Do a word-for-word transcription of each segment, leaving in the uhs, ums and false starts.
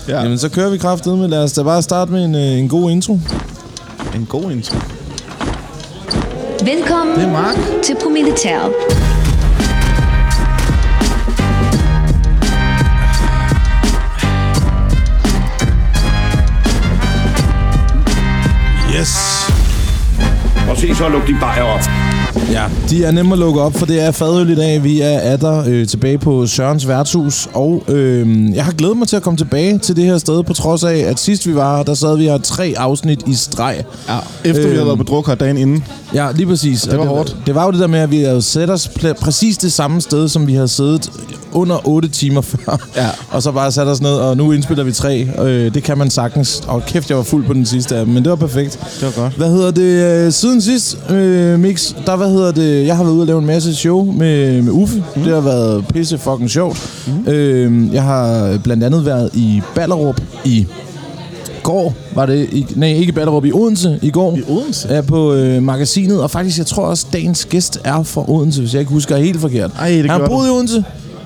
Ja. Jamen, så kører vi kraftedeme. Lad os da bare starte med en, en god intro. En god intro. Velkommen Det er Mark. til På Militæret. Yes. Og se så, luk de bajer op. Ja, de er nemme at lukke op, for det er fadøl i dag. Vi er atter øh, tilbage på Sørens værtshus, og øh, jeg har glædet mig til at komme tilbage til det her sted, på trods af, at sidst vi var, der sad vi her tre afsnit i streg. Ja, efter øh, vi havde været på druk her dagen inden. Ja, lige præcis. Det var det, hårdt. Det var jo det der med, at vi havde sat os pl- præcis det samme sted, som vi havde siddet under otte timer før. Ja. Og så bare sat os ned, og nu indspiller vi tre. Øh, det kan man sagtens. Og kæft, jeg var fuld på den sidste af dem, men det var perfekt. Det var godt. Hvad hedder det? Siden sidst, øh, Mix, der hvad hedder det? Jeg har været ude og lave en masse show med, med Uffe. Mm. Det har været pisse fucking sjovt. Mm. Øh, jeg har blandt andet været i Ballerup i går, var det i, nej, ikke i Ballerup, i Odense i går. I Odense? Er på øh, magasinet, og faktisk, jeg tror også, dagens gæst er fra Odense, hvis jeg ikke husker helt forkert. Ej, det Han har boet i Odense.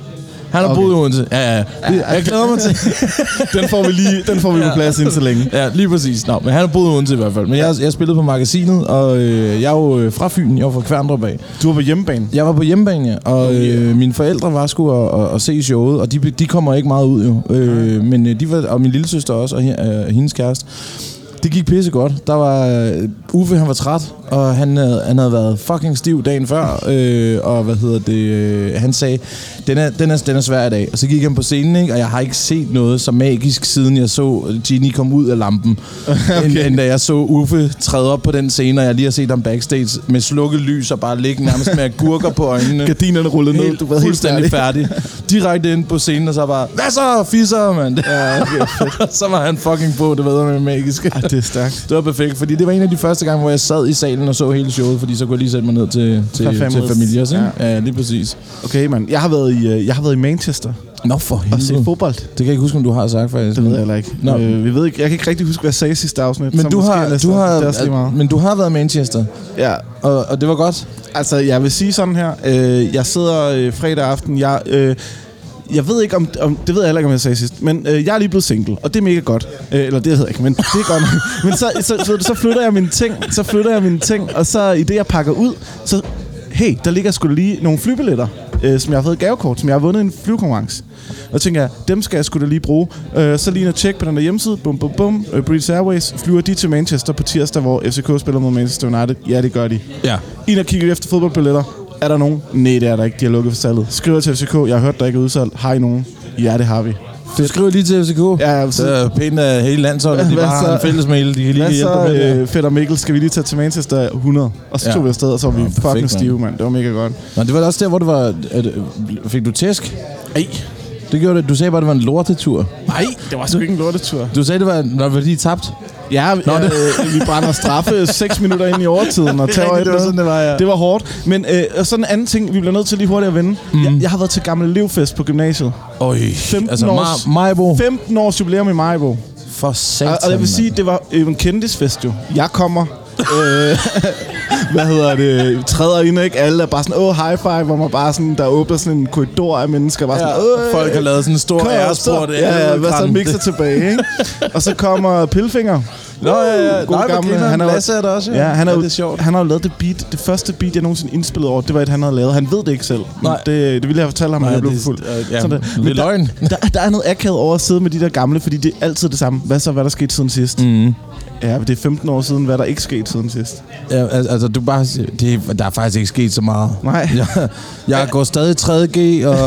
Han har okay. boet i Odense. Ja, ja. Jeg glæder mig til. den får vi lige, den får vi på plads inden så længe. Ja, lige præcis. Nå, men han har boet i Odense i hvert fald. Men jeg, jeg spillede på magasinet, og øh, jeg er jo fra Fyn. Jeg var fra Kværndrup af. Du var på hjemmebane? Jeg var på hjemmebane, ja. Og øh, mine forældre var sgu at, at, at se showet, og de, de kommer ikke meget ud jo. Øh, men de var, og min lillesøster også, og øh, hendes kæreste. Det gik pisse godt. Der var uh, Uffe, han var træt, og han, uh, han havde været fucking stiv dagen før, øh, og hvad hedder det, øh, han sagde, den er, den, er, den er svær i dag. Og så gik han på scenen, ikke? Og jeg har ikke set noget så magisk, siden jeg så Ginny komme ud af lampen, okay. end, end da jeg så Uffe træde op på den scene, og jeg lige har set ham backstage med slukket lys og bare ligge nærmest med agurker på øjnene. Gardinerne rullede ned, helt, du var fuldstændig færdig. Direkte ind på scenen, og så bare, hvad så, fisser, mand? Ja, okay, fedt. Så var han fucking på, det ved jeg, magisk. Ja, det er stærkt. Det var perfekt, fordi det var en af de første gange, hvor jeg sad i salen og så hele showet, fordi så kunne jeg lige sætte mig ned til, til, til familier, ikke? Ja. Ja, lige præcis. Okay, mand. Jeg har været i, jeg har været i Manchester. Nå, for helvede. Og se fodbold. Det kan jeg ikke huske, om du har sagt, faktisk. Det ved jeg heller ikke. Nå. Øh, vi ved ikke. Jeg kan ikke rigtig huske, hvad jeg sagde sidste afsnit. Men du har, du har, har men du har været i Manchester. Ja. Og, og det var godt? Altså, jeg vil sige sådan her. Øh, jeg sidder øh, fredag aften. Jeg... Øh, Jeg ved ikke om, om det ved jeg heller ikke om jeg sagde sidst, men øh, jeg er lige blevet single, og det er mega godt. Øh, eller det hedder jeg ikke, men det er godt. Men så, så, så, så flytter jeg mine ting, så flytter jeg mine ting, og så i det jeg pakker ud, så hey, der ligger sgu lige nogle flybilletter, øh, som jeg har fået gavekort, som jeg har vundet i en flyvekonkurrence. Og så tænker jeg, dem skal jeg sgu da lige bruge. Øh, så lige at tjekke på den der hjemmeside, bum bum bum, uh, British Airways, flyver de til Manchester på tirsdag, hvor F C K spiller mod Manchester United. Ja, det gør de. Ja. Ind og kigger efter fodboldbilletter. Er der nogen? Nej, det er der ikke. De har lukket for salget. Skriver til F C K. Jeg har hørt, der ikke er udsalg. Har I nogen? Ja, det har vi. Du skriver lige til F C K. Ja, ja, så det er pænt af hele landsholdet. De bare har en fælles mail. De kan lige hjælpe med det. Øh, Fætter Mikkel, skal vi lige tage til Manchester hundrede? Og så ja. tog vi afsted, og så var vi ja, fucking perfekt, stive, mand. Det var mega godt. Nå, det var også der, hvor det var... At, fik du tæsk? Ej. Det gjorde det. Du sagde bare, det var en lortetur. Nej, det var sgu ikke en lortetur. Du sagde, det var, når vi lige tabt. Ja, Nå, ja øh, vi brænder straffe seks minutter ind i overtiden og tager det var sådan, det var, ja. Det var hårdt. Men øh, sådan en anden ting, vi bliver nødt til lige hurtigt at vende. Mm. Jeg, jeg har været til Gammel Elevfest på gymnasiet. Øj, femten altså års, Maribo. femten års jubilæum i Maribo. For satan, og, og jeg vil sige, det var en kendisfest jo. Jeg kommer... øh, hvad hedder det, træder ind, ikke? Alle er bare sådan, åh, high five, hvor man bare sådan, der åbner sådan en korridor af mennesker, bare sådan, åh, folk har lavet sådan en stor æresport. Ja, ja, hvad så mixer tilbage, ikke? Og så kommer Pilfinger. Nå, ja, ja. God gamle. Han har Lasse er der også, ja. Ja, han har, ja, det er sjovt. Han har jo lavet det beat, det første beat, jeg nogensinde indspillede over, det var et, han havde lavet. Han ved det ikke selv. Nej. Det, det ville jeg fortælle ham, når jeg blev det, fuld. Uh, ja, Sådan det. Men det er løgn. Der, der er noget akavet over at sidde med de der gamle, fordi det er altid det samme. Hvad så, hvad der skete siden sidst? Mm. Ja, det er femten år siden, hvad der ikke skete siden sidst. Ja, altså, du bare... Det, der er faktisk ikke sket så meget. Nej. Jeg, jeg går stadig tredje G, og...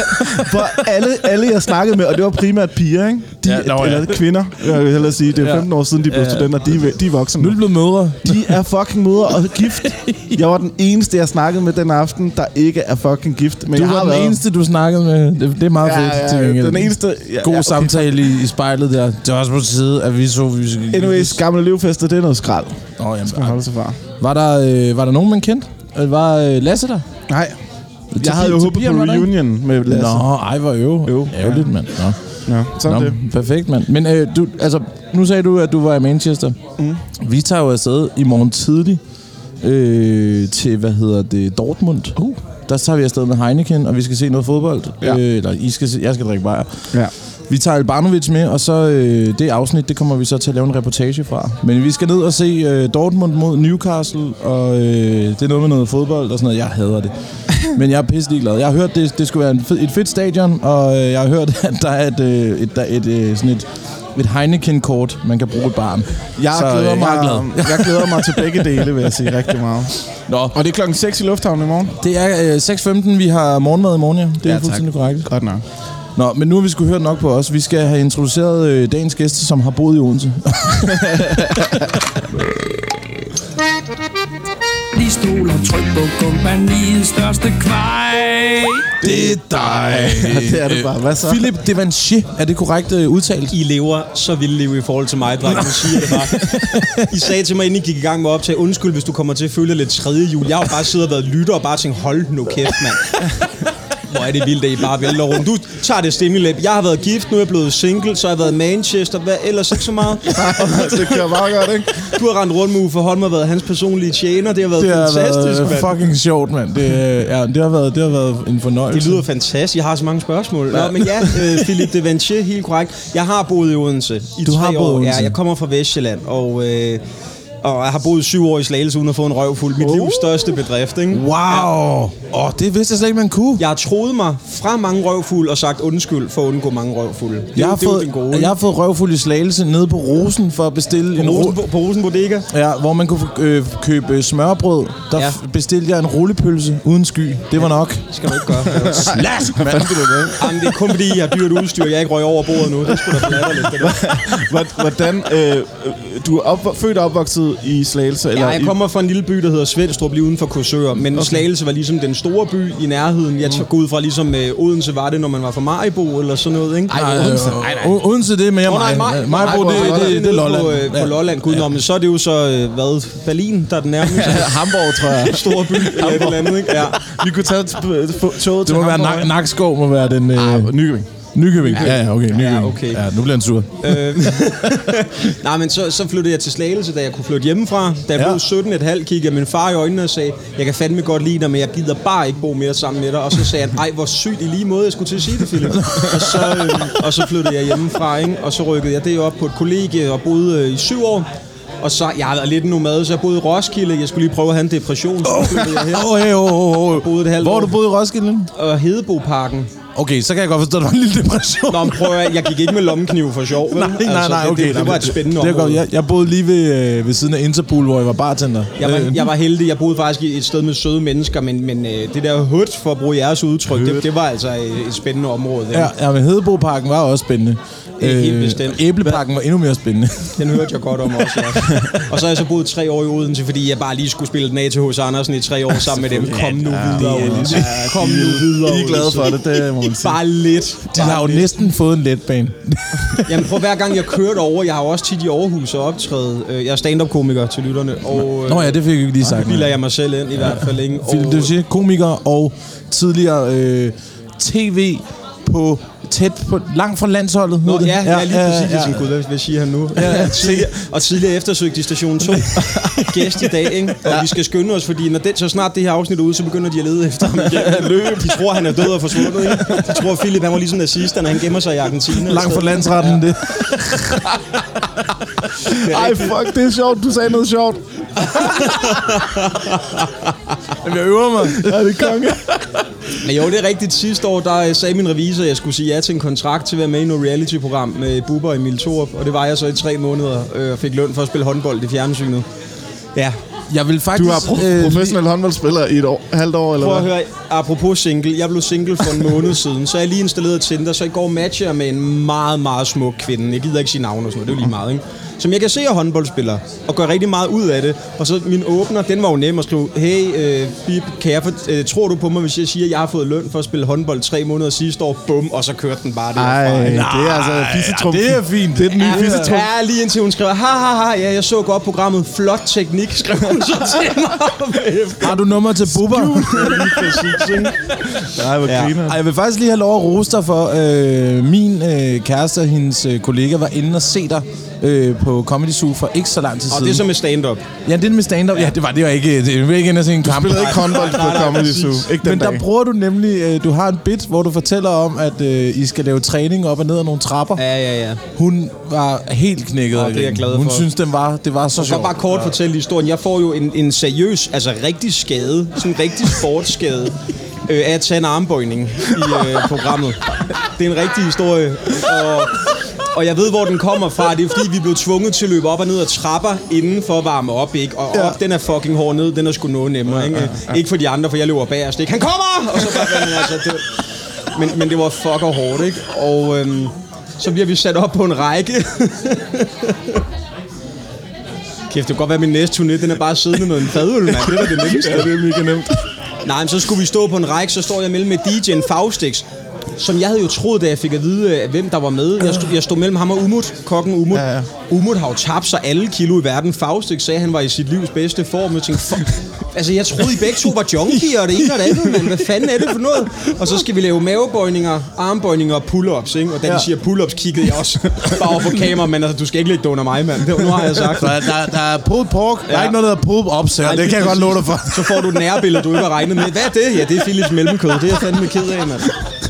For alle, alle, jeg snakkede med, og det var primært piger, ikke? De, ja, no, ja. Eller kvinder, jeg vil hellere sige. Det er femten ja. år siden, de blev ja. studenter. De, de er voksne. Nu er de blevet mødre. De er fucking mødre og gift. Jeg var den eneste, jeg snakkede med den aften, der ikke er fucking gift. Men du jeg var har den været... eneste, du snakkede med. Det, det er meget ja, fedt. Ja, til gengæld. Den eneste... Ja, God ja, okay. samtale i, i spejlet der. Det var også på tide, at vi så... Vi... Anyways, Gamle Elevfester, det er noget skrald. Åh, oh, jamen, skal man holde sig fra. Var der, øh, var der nogen, man kendte? Var øh, Lasse der? Nej. Jeg havde jo håbet på reunion med Lasse. Nå, ej, hvor øv. Jo. Ærgerligt, mand. Nå. Ja, sådan Nå, det. Perfekt, mand. Men øh, du, altså, nu sagde du, at du var i Manchester. Mm. Vi tager jo afsted i morgen tidlig øh, til, hvad hedder det, Dortmund. Uh. Der tager vi afsted med Heineken, og vi skal se noget fodbold. Ja. Øh, eller I skal se, jeg skal drikke bajer. Ja. Vi tager Albanovic med, og så øh, det afsnit, det kommer vi så til at lave en reportage fra. Men vi skal ned og se øh, Dortmund mod Newcastle, og øh, det er noget med noget fodbold og sådan noget. Jeg hader det. Men jeg er pisselig glad. Jeg har hørt, det, det skulle være en fed, et fedt stadion, og øh, jeg har hørt, at der er et, øh, et, et, et, et, sådan et, et Heineken-kort, man kan bruge i baren. Jeg, så, glæder øh, mig, jeg er glad. jeg glæder mig til begge dele, vil jeg sige rigtig meget. Nå. Og det er klokken seks i lufthavnen i morgen? Det er øh, seks femten, vi har morgenmad i morgen, ja. Det er ja, fuldstændig korrekt. Godt nok. Nå, men nu har vi sgu hørt nok på os. Vi skal have introduceret øh, dagens gæster, som har boet i Odense. De stoler tryk på kompagniets største kvej. Det er dig. Ja, det er det bare. Hvad så? Philippe Devanché, er det korrekt øh, udtalt? I lever så vildt liv i forhold til mig, dreng. Nu siger det bare. I sagde til mig, inden I gik i gang med at optage, undskyld, hvis du kommer til at føle lidt tredje jul. Jeg har bare siddet og været lytter og bare tænkt, hold nu kæft, mand. Hvor er det vildt, at I bare vælter rundt. Du tager det stemmelæb. Jeg har været gift, nu er jeg blevet single, så har jeg været i Manchester. Hvad ellers ikke så meget? Det kører meget godt, ikke? Du har rendt rundt med Uffe Holm og været hans personlige tjener. Det har været det har fantastisk, været mand. fucking sjovt, mand. Det, ja, det, har været, det har været en fornøjelse. Det lyder fantastisk. Jeg har så mange spørgsmål. Nå, men ja, øh, Philippe Devanché, helt korrekt. Jeg har boet i Odense i du tre har boet år. Odense. Ja, jeg kommer fra Vestjylland, og... Øh, Og jeg har boet syv år i Slagelse uden at få en røvfuld. Mit oh. livs største bedrift, ikke? Wow! Åh, ja. oh, det vidste jeg slet ikke, man kunne. Jeg har troet mig fra mange røvfulde og sagt undskyld for at undgå mange røvfulde. Det, jeg, har det, fået, det gode, jeg har fået røvfuld i Slagelse nede på Rosen for at bestille på en Rosen, ro- på, på Rosen Bodega. Ja, hvor man kunne øh, købe smørbrød. Der Ja. f- bestilte jeg en rullepølse uden sky. Det var nok. Skal du ikke gøre. Slask, mand! Jamen, det er kun fordi, jeg har dyrt udstyr. Jeg er ikke røg over bordet nu. Det skulle da flatter lidt. Det der. Hvordan, øh, du er op, født og opvokset i Slagelse? Eller Ja, jeg kommer fra en lille by, der hedder Svendstrup, lige uden for Korsør. Men okay. Slagelse var ligesom den store by i nærheden. Jeg tager ud fra ligesom øh, Odense var det, når man var fra Maribo eller sådan noget, ikke? Ej, Odense. Odense, det er mere Åh, nej, mig. Maj- Maribo, det, det, det, det er Lolland. På, øh, på Lolland, gud, nå, men så er det jo så, øh, hvad, Berlin, der er den nærmeste. Hamburg, tror jeg. Store by, eller et eller andet, ikke? Ja. Vi kunne tage toget Det til må være Hamburg. Nak- Nakskov, må være den... Øh, Nykøbing. Nykøbing. Ja, ja, okay. Nykøbing. Ja, okay. Ja, nu bliver han sur. Øh, Nej, men så, så flyttede jeg til Slagelse, da jeg kunne flytte hjemmefra. Da jeg Ja. blev sytten komma fem, kiggede jeg min far i øjnene og sagde, jeg kan fandme godt lide dig, men jeg gider bare ikke bo mere sammen med dig. Og så sagde han, ej, hvor sygt i lige måde, jeg skulle til at sige det, Philip. Og så, øh, og så flyttede jeg hjemmefra, ikke? Og så rykkede jeg det op på et kollegie og boede øh, i syv år. Og så, jeg har været lidt en nomade, så jeg boede i Roskilde. Jeg skulle lige prøve at have en depression, så flyttede jeg her. Åh, hey, åh, åh, åh. Boede et halvt Hvor har år. du boet i Roskilde? Og Hedeboparken. Okay, så kan jeg godt forstå, at der var en lille depression. Nå, men prøv at, jeg gik ikke med lommekniv for sjov, vel? Nej, nej, nej, okay. Det, det, det var et spændende det er område. godt. Jeg, jeg boede lige ved, øh, ved siden af Interpol, hvor jeg var bartender. Jeg var, Øh, jeg var heldig. Jeg boede faktisk i et sted med søde mennesker, men, men øh, det der hood, for at bruge jeres udtryk, det, det var altså et, et spændende område. Ja, ja, men Hedeboparken var også spændende. Det er helt bestemt. Æbleparken var endnu mere spændende. Den hørte jeg godt om også, ja. Og så har jeg så boet tre år i Odense, fordi jeg bare lige skulle spille den af til H C Andersen i tre år sammen med dem. Kom nu videre, Odense. Kom nu videre, I er glade for det, det må man sige. Bare lidt. De har jo lidt. næsten fået en letbane. Jamen prøv, hver gang jeg kørte over, jeg har jo også tit i Aarhus og optræde. Jeg er stand-up-komiker til lytterne. Og, Nå ja, det fik jeg ikke lige sagt. det bilder jeg mig selv ind i hvert fald. Ikke? Philip Devanché, komiker og tidligere øh, tv på tæt på langt fra landsholdet. Nå, hed det? ja, ja, lige præcis. Ja, Ja, ja. Gud, hvad, hvad siger han nu? Ja, ja. tidligere, og tidligere eftersøgt i station to. Gæst i dag, ikke? Og ja. Vi skal skynde os, fordi når det, så snart det her afsnit er ude, så begynder de at lede efter ham igen. Løb. De tror, han er død og forsvundet, ikke? De tror, at Philip, han var ligesom nazist, når han gemmer sig i Argentina. Langt fra landsretten, det. Ej, fuck, det er sjovt. Du sagde noget sjovt. Jamen, jeg øver mig. Ja, det er konge. Men jo, det er rigtigt. Sidste år, der sagde min revisor, at jeg skulle sige ja til en kontrakt til at være med i noget reality-program med Bubber og Emil Thorup. Og det var jeg så i tre måneder øh, og fik løn for at spille håndbold i fjernsynet. Ja. Jeg vil faktisk... Du er pro- øh, professionel håndboldspiller i et år, halvt år, eller Prøv at hvad? høre, apropos single. Jeg blev single for en måned siden, så jeg lige installeret Tinder, så i går matcher jeg med en meget, meget smuk kvinde. Jeg gider ikke sige navn og sådan noget, det er jo lige meget, ikke? Som jeg kan se er håndboldspiller, og gør rigtig meget ud af det. Og så min åbner, den var jo nem at skrive, hey, øh, Bip, kan jeg for, øh, tror du på mig, hvis jeg siger, at jeg har fået løn for at spille håndbold tre måneder sidste år, bum, og så kørte den bare derfra. Ej, ikke? det er altså fissetrumf. ja, det er fint. Det er den nye Ja, fissetrumf. ja, lige indtil hun skrev, ha, ha, ha, ja, jeg så godt programmet, flot teknik, skrev hun så til mig bagefter. Har du nummer til Bubber? Lige præcis, ikke? Nej, hvor Ja. griner. Ej, jeg vil faktisk lige have lov at rose dig for, øh, min øh, kæreste og hendes øh, kollega var inde og se dig øh, på Comedy Zoo for ikke så lang tid Og siden. det er så med stand-up. Ja, det med stand-up. Ja, det var det var ikke det var ikke en af en kamp. Du spillede ikke håndbold på Comedy Zoo. Ikke den Men der dag. bruger du nemlig, øh, du har en bit, hvor du fortæller om, at øh, I skal lave træning op og ned ad nogle trapper. Ja, ja, ja. Hun var helt knækket. Åh, det er jeg glad Hun for. synes, den var, det var så Jeg skal sjovt. bare kort fortælle historien. Jeg får jo en, en seriøs, altså rigtig skade, sådan en rigtig sportsskade, øh, af at tage en armbøjning i øh, programmet. Det er en rigtig historie, og, og jeg ved, hvor den kommer fra. Det er fordi, vi blev tvunget til at løbe op og ned ad trapper inden for at varme op, ikke? Og op, den er fucking hård ned, den er sgu noget nemmere, ikke? Ikke for de andre, for jeg løber bagerst, ikke? Han kommer! Og så bare, men, altså, det, men, men det var fucker hårdt, ikke? Og øhm, så bliver vi sat op på en række. Kæft, det kan godt være, min næste turné, den er bare siddende med en fadøl, mand. Det er da det nemmeste. Ja, det er mega nemt. Nej, men så skulle vi stå på en række, så står jeg mellem med D J'en Faustix, som jeg havde jo troet, da jeg fik at vide, hvem der var med. Jeg stod, jeg stod mellem ham og Umut, kokken Umut. Ja, ja. Umut har jo tabt sig alle kilo i verden. Faustix sagde, at han var i sit livs bedste form. Jeg tænkte, fuck. Altså, jeg troede, I begge to var junkier, og det ene og det andet, mand. Hvad fanden er det for noget? Og så skal vi lave mavebøjninger, armbøjninger og pull-ups, ikke? Og da ja. de siger pull-ups, kiggede jeg også bare over på kamera, men altså, du skal ikke lægge det under mig, mand. Det, nu har jeg sagt. Der, der, der er pulled pork. Ja. Der er ikke noget, der er pulled ups her. Nej, Det kan jeg godt love dig for. Så får du et nærbillede, du ikke har regnet med. Hvad er det? Ja, det er Philips mellemkød. Det er jeg fandme ked af, mand.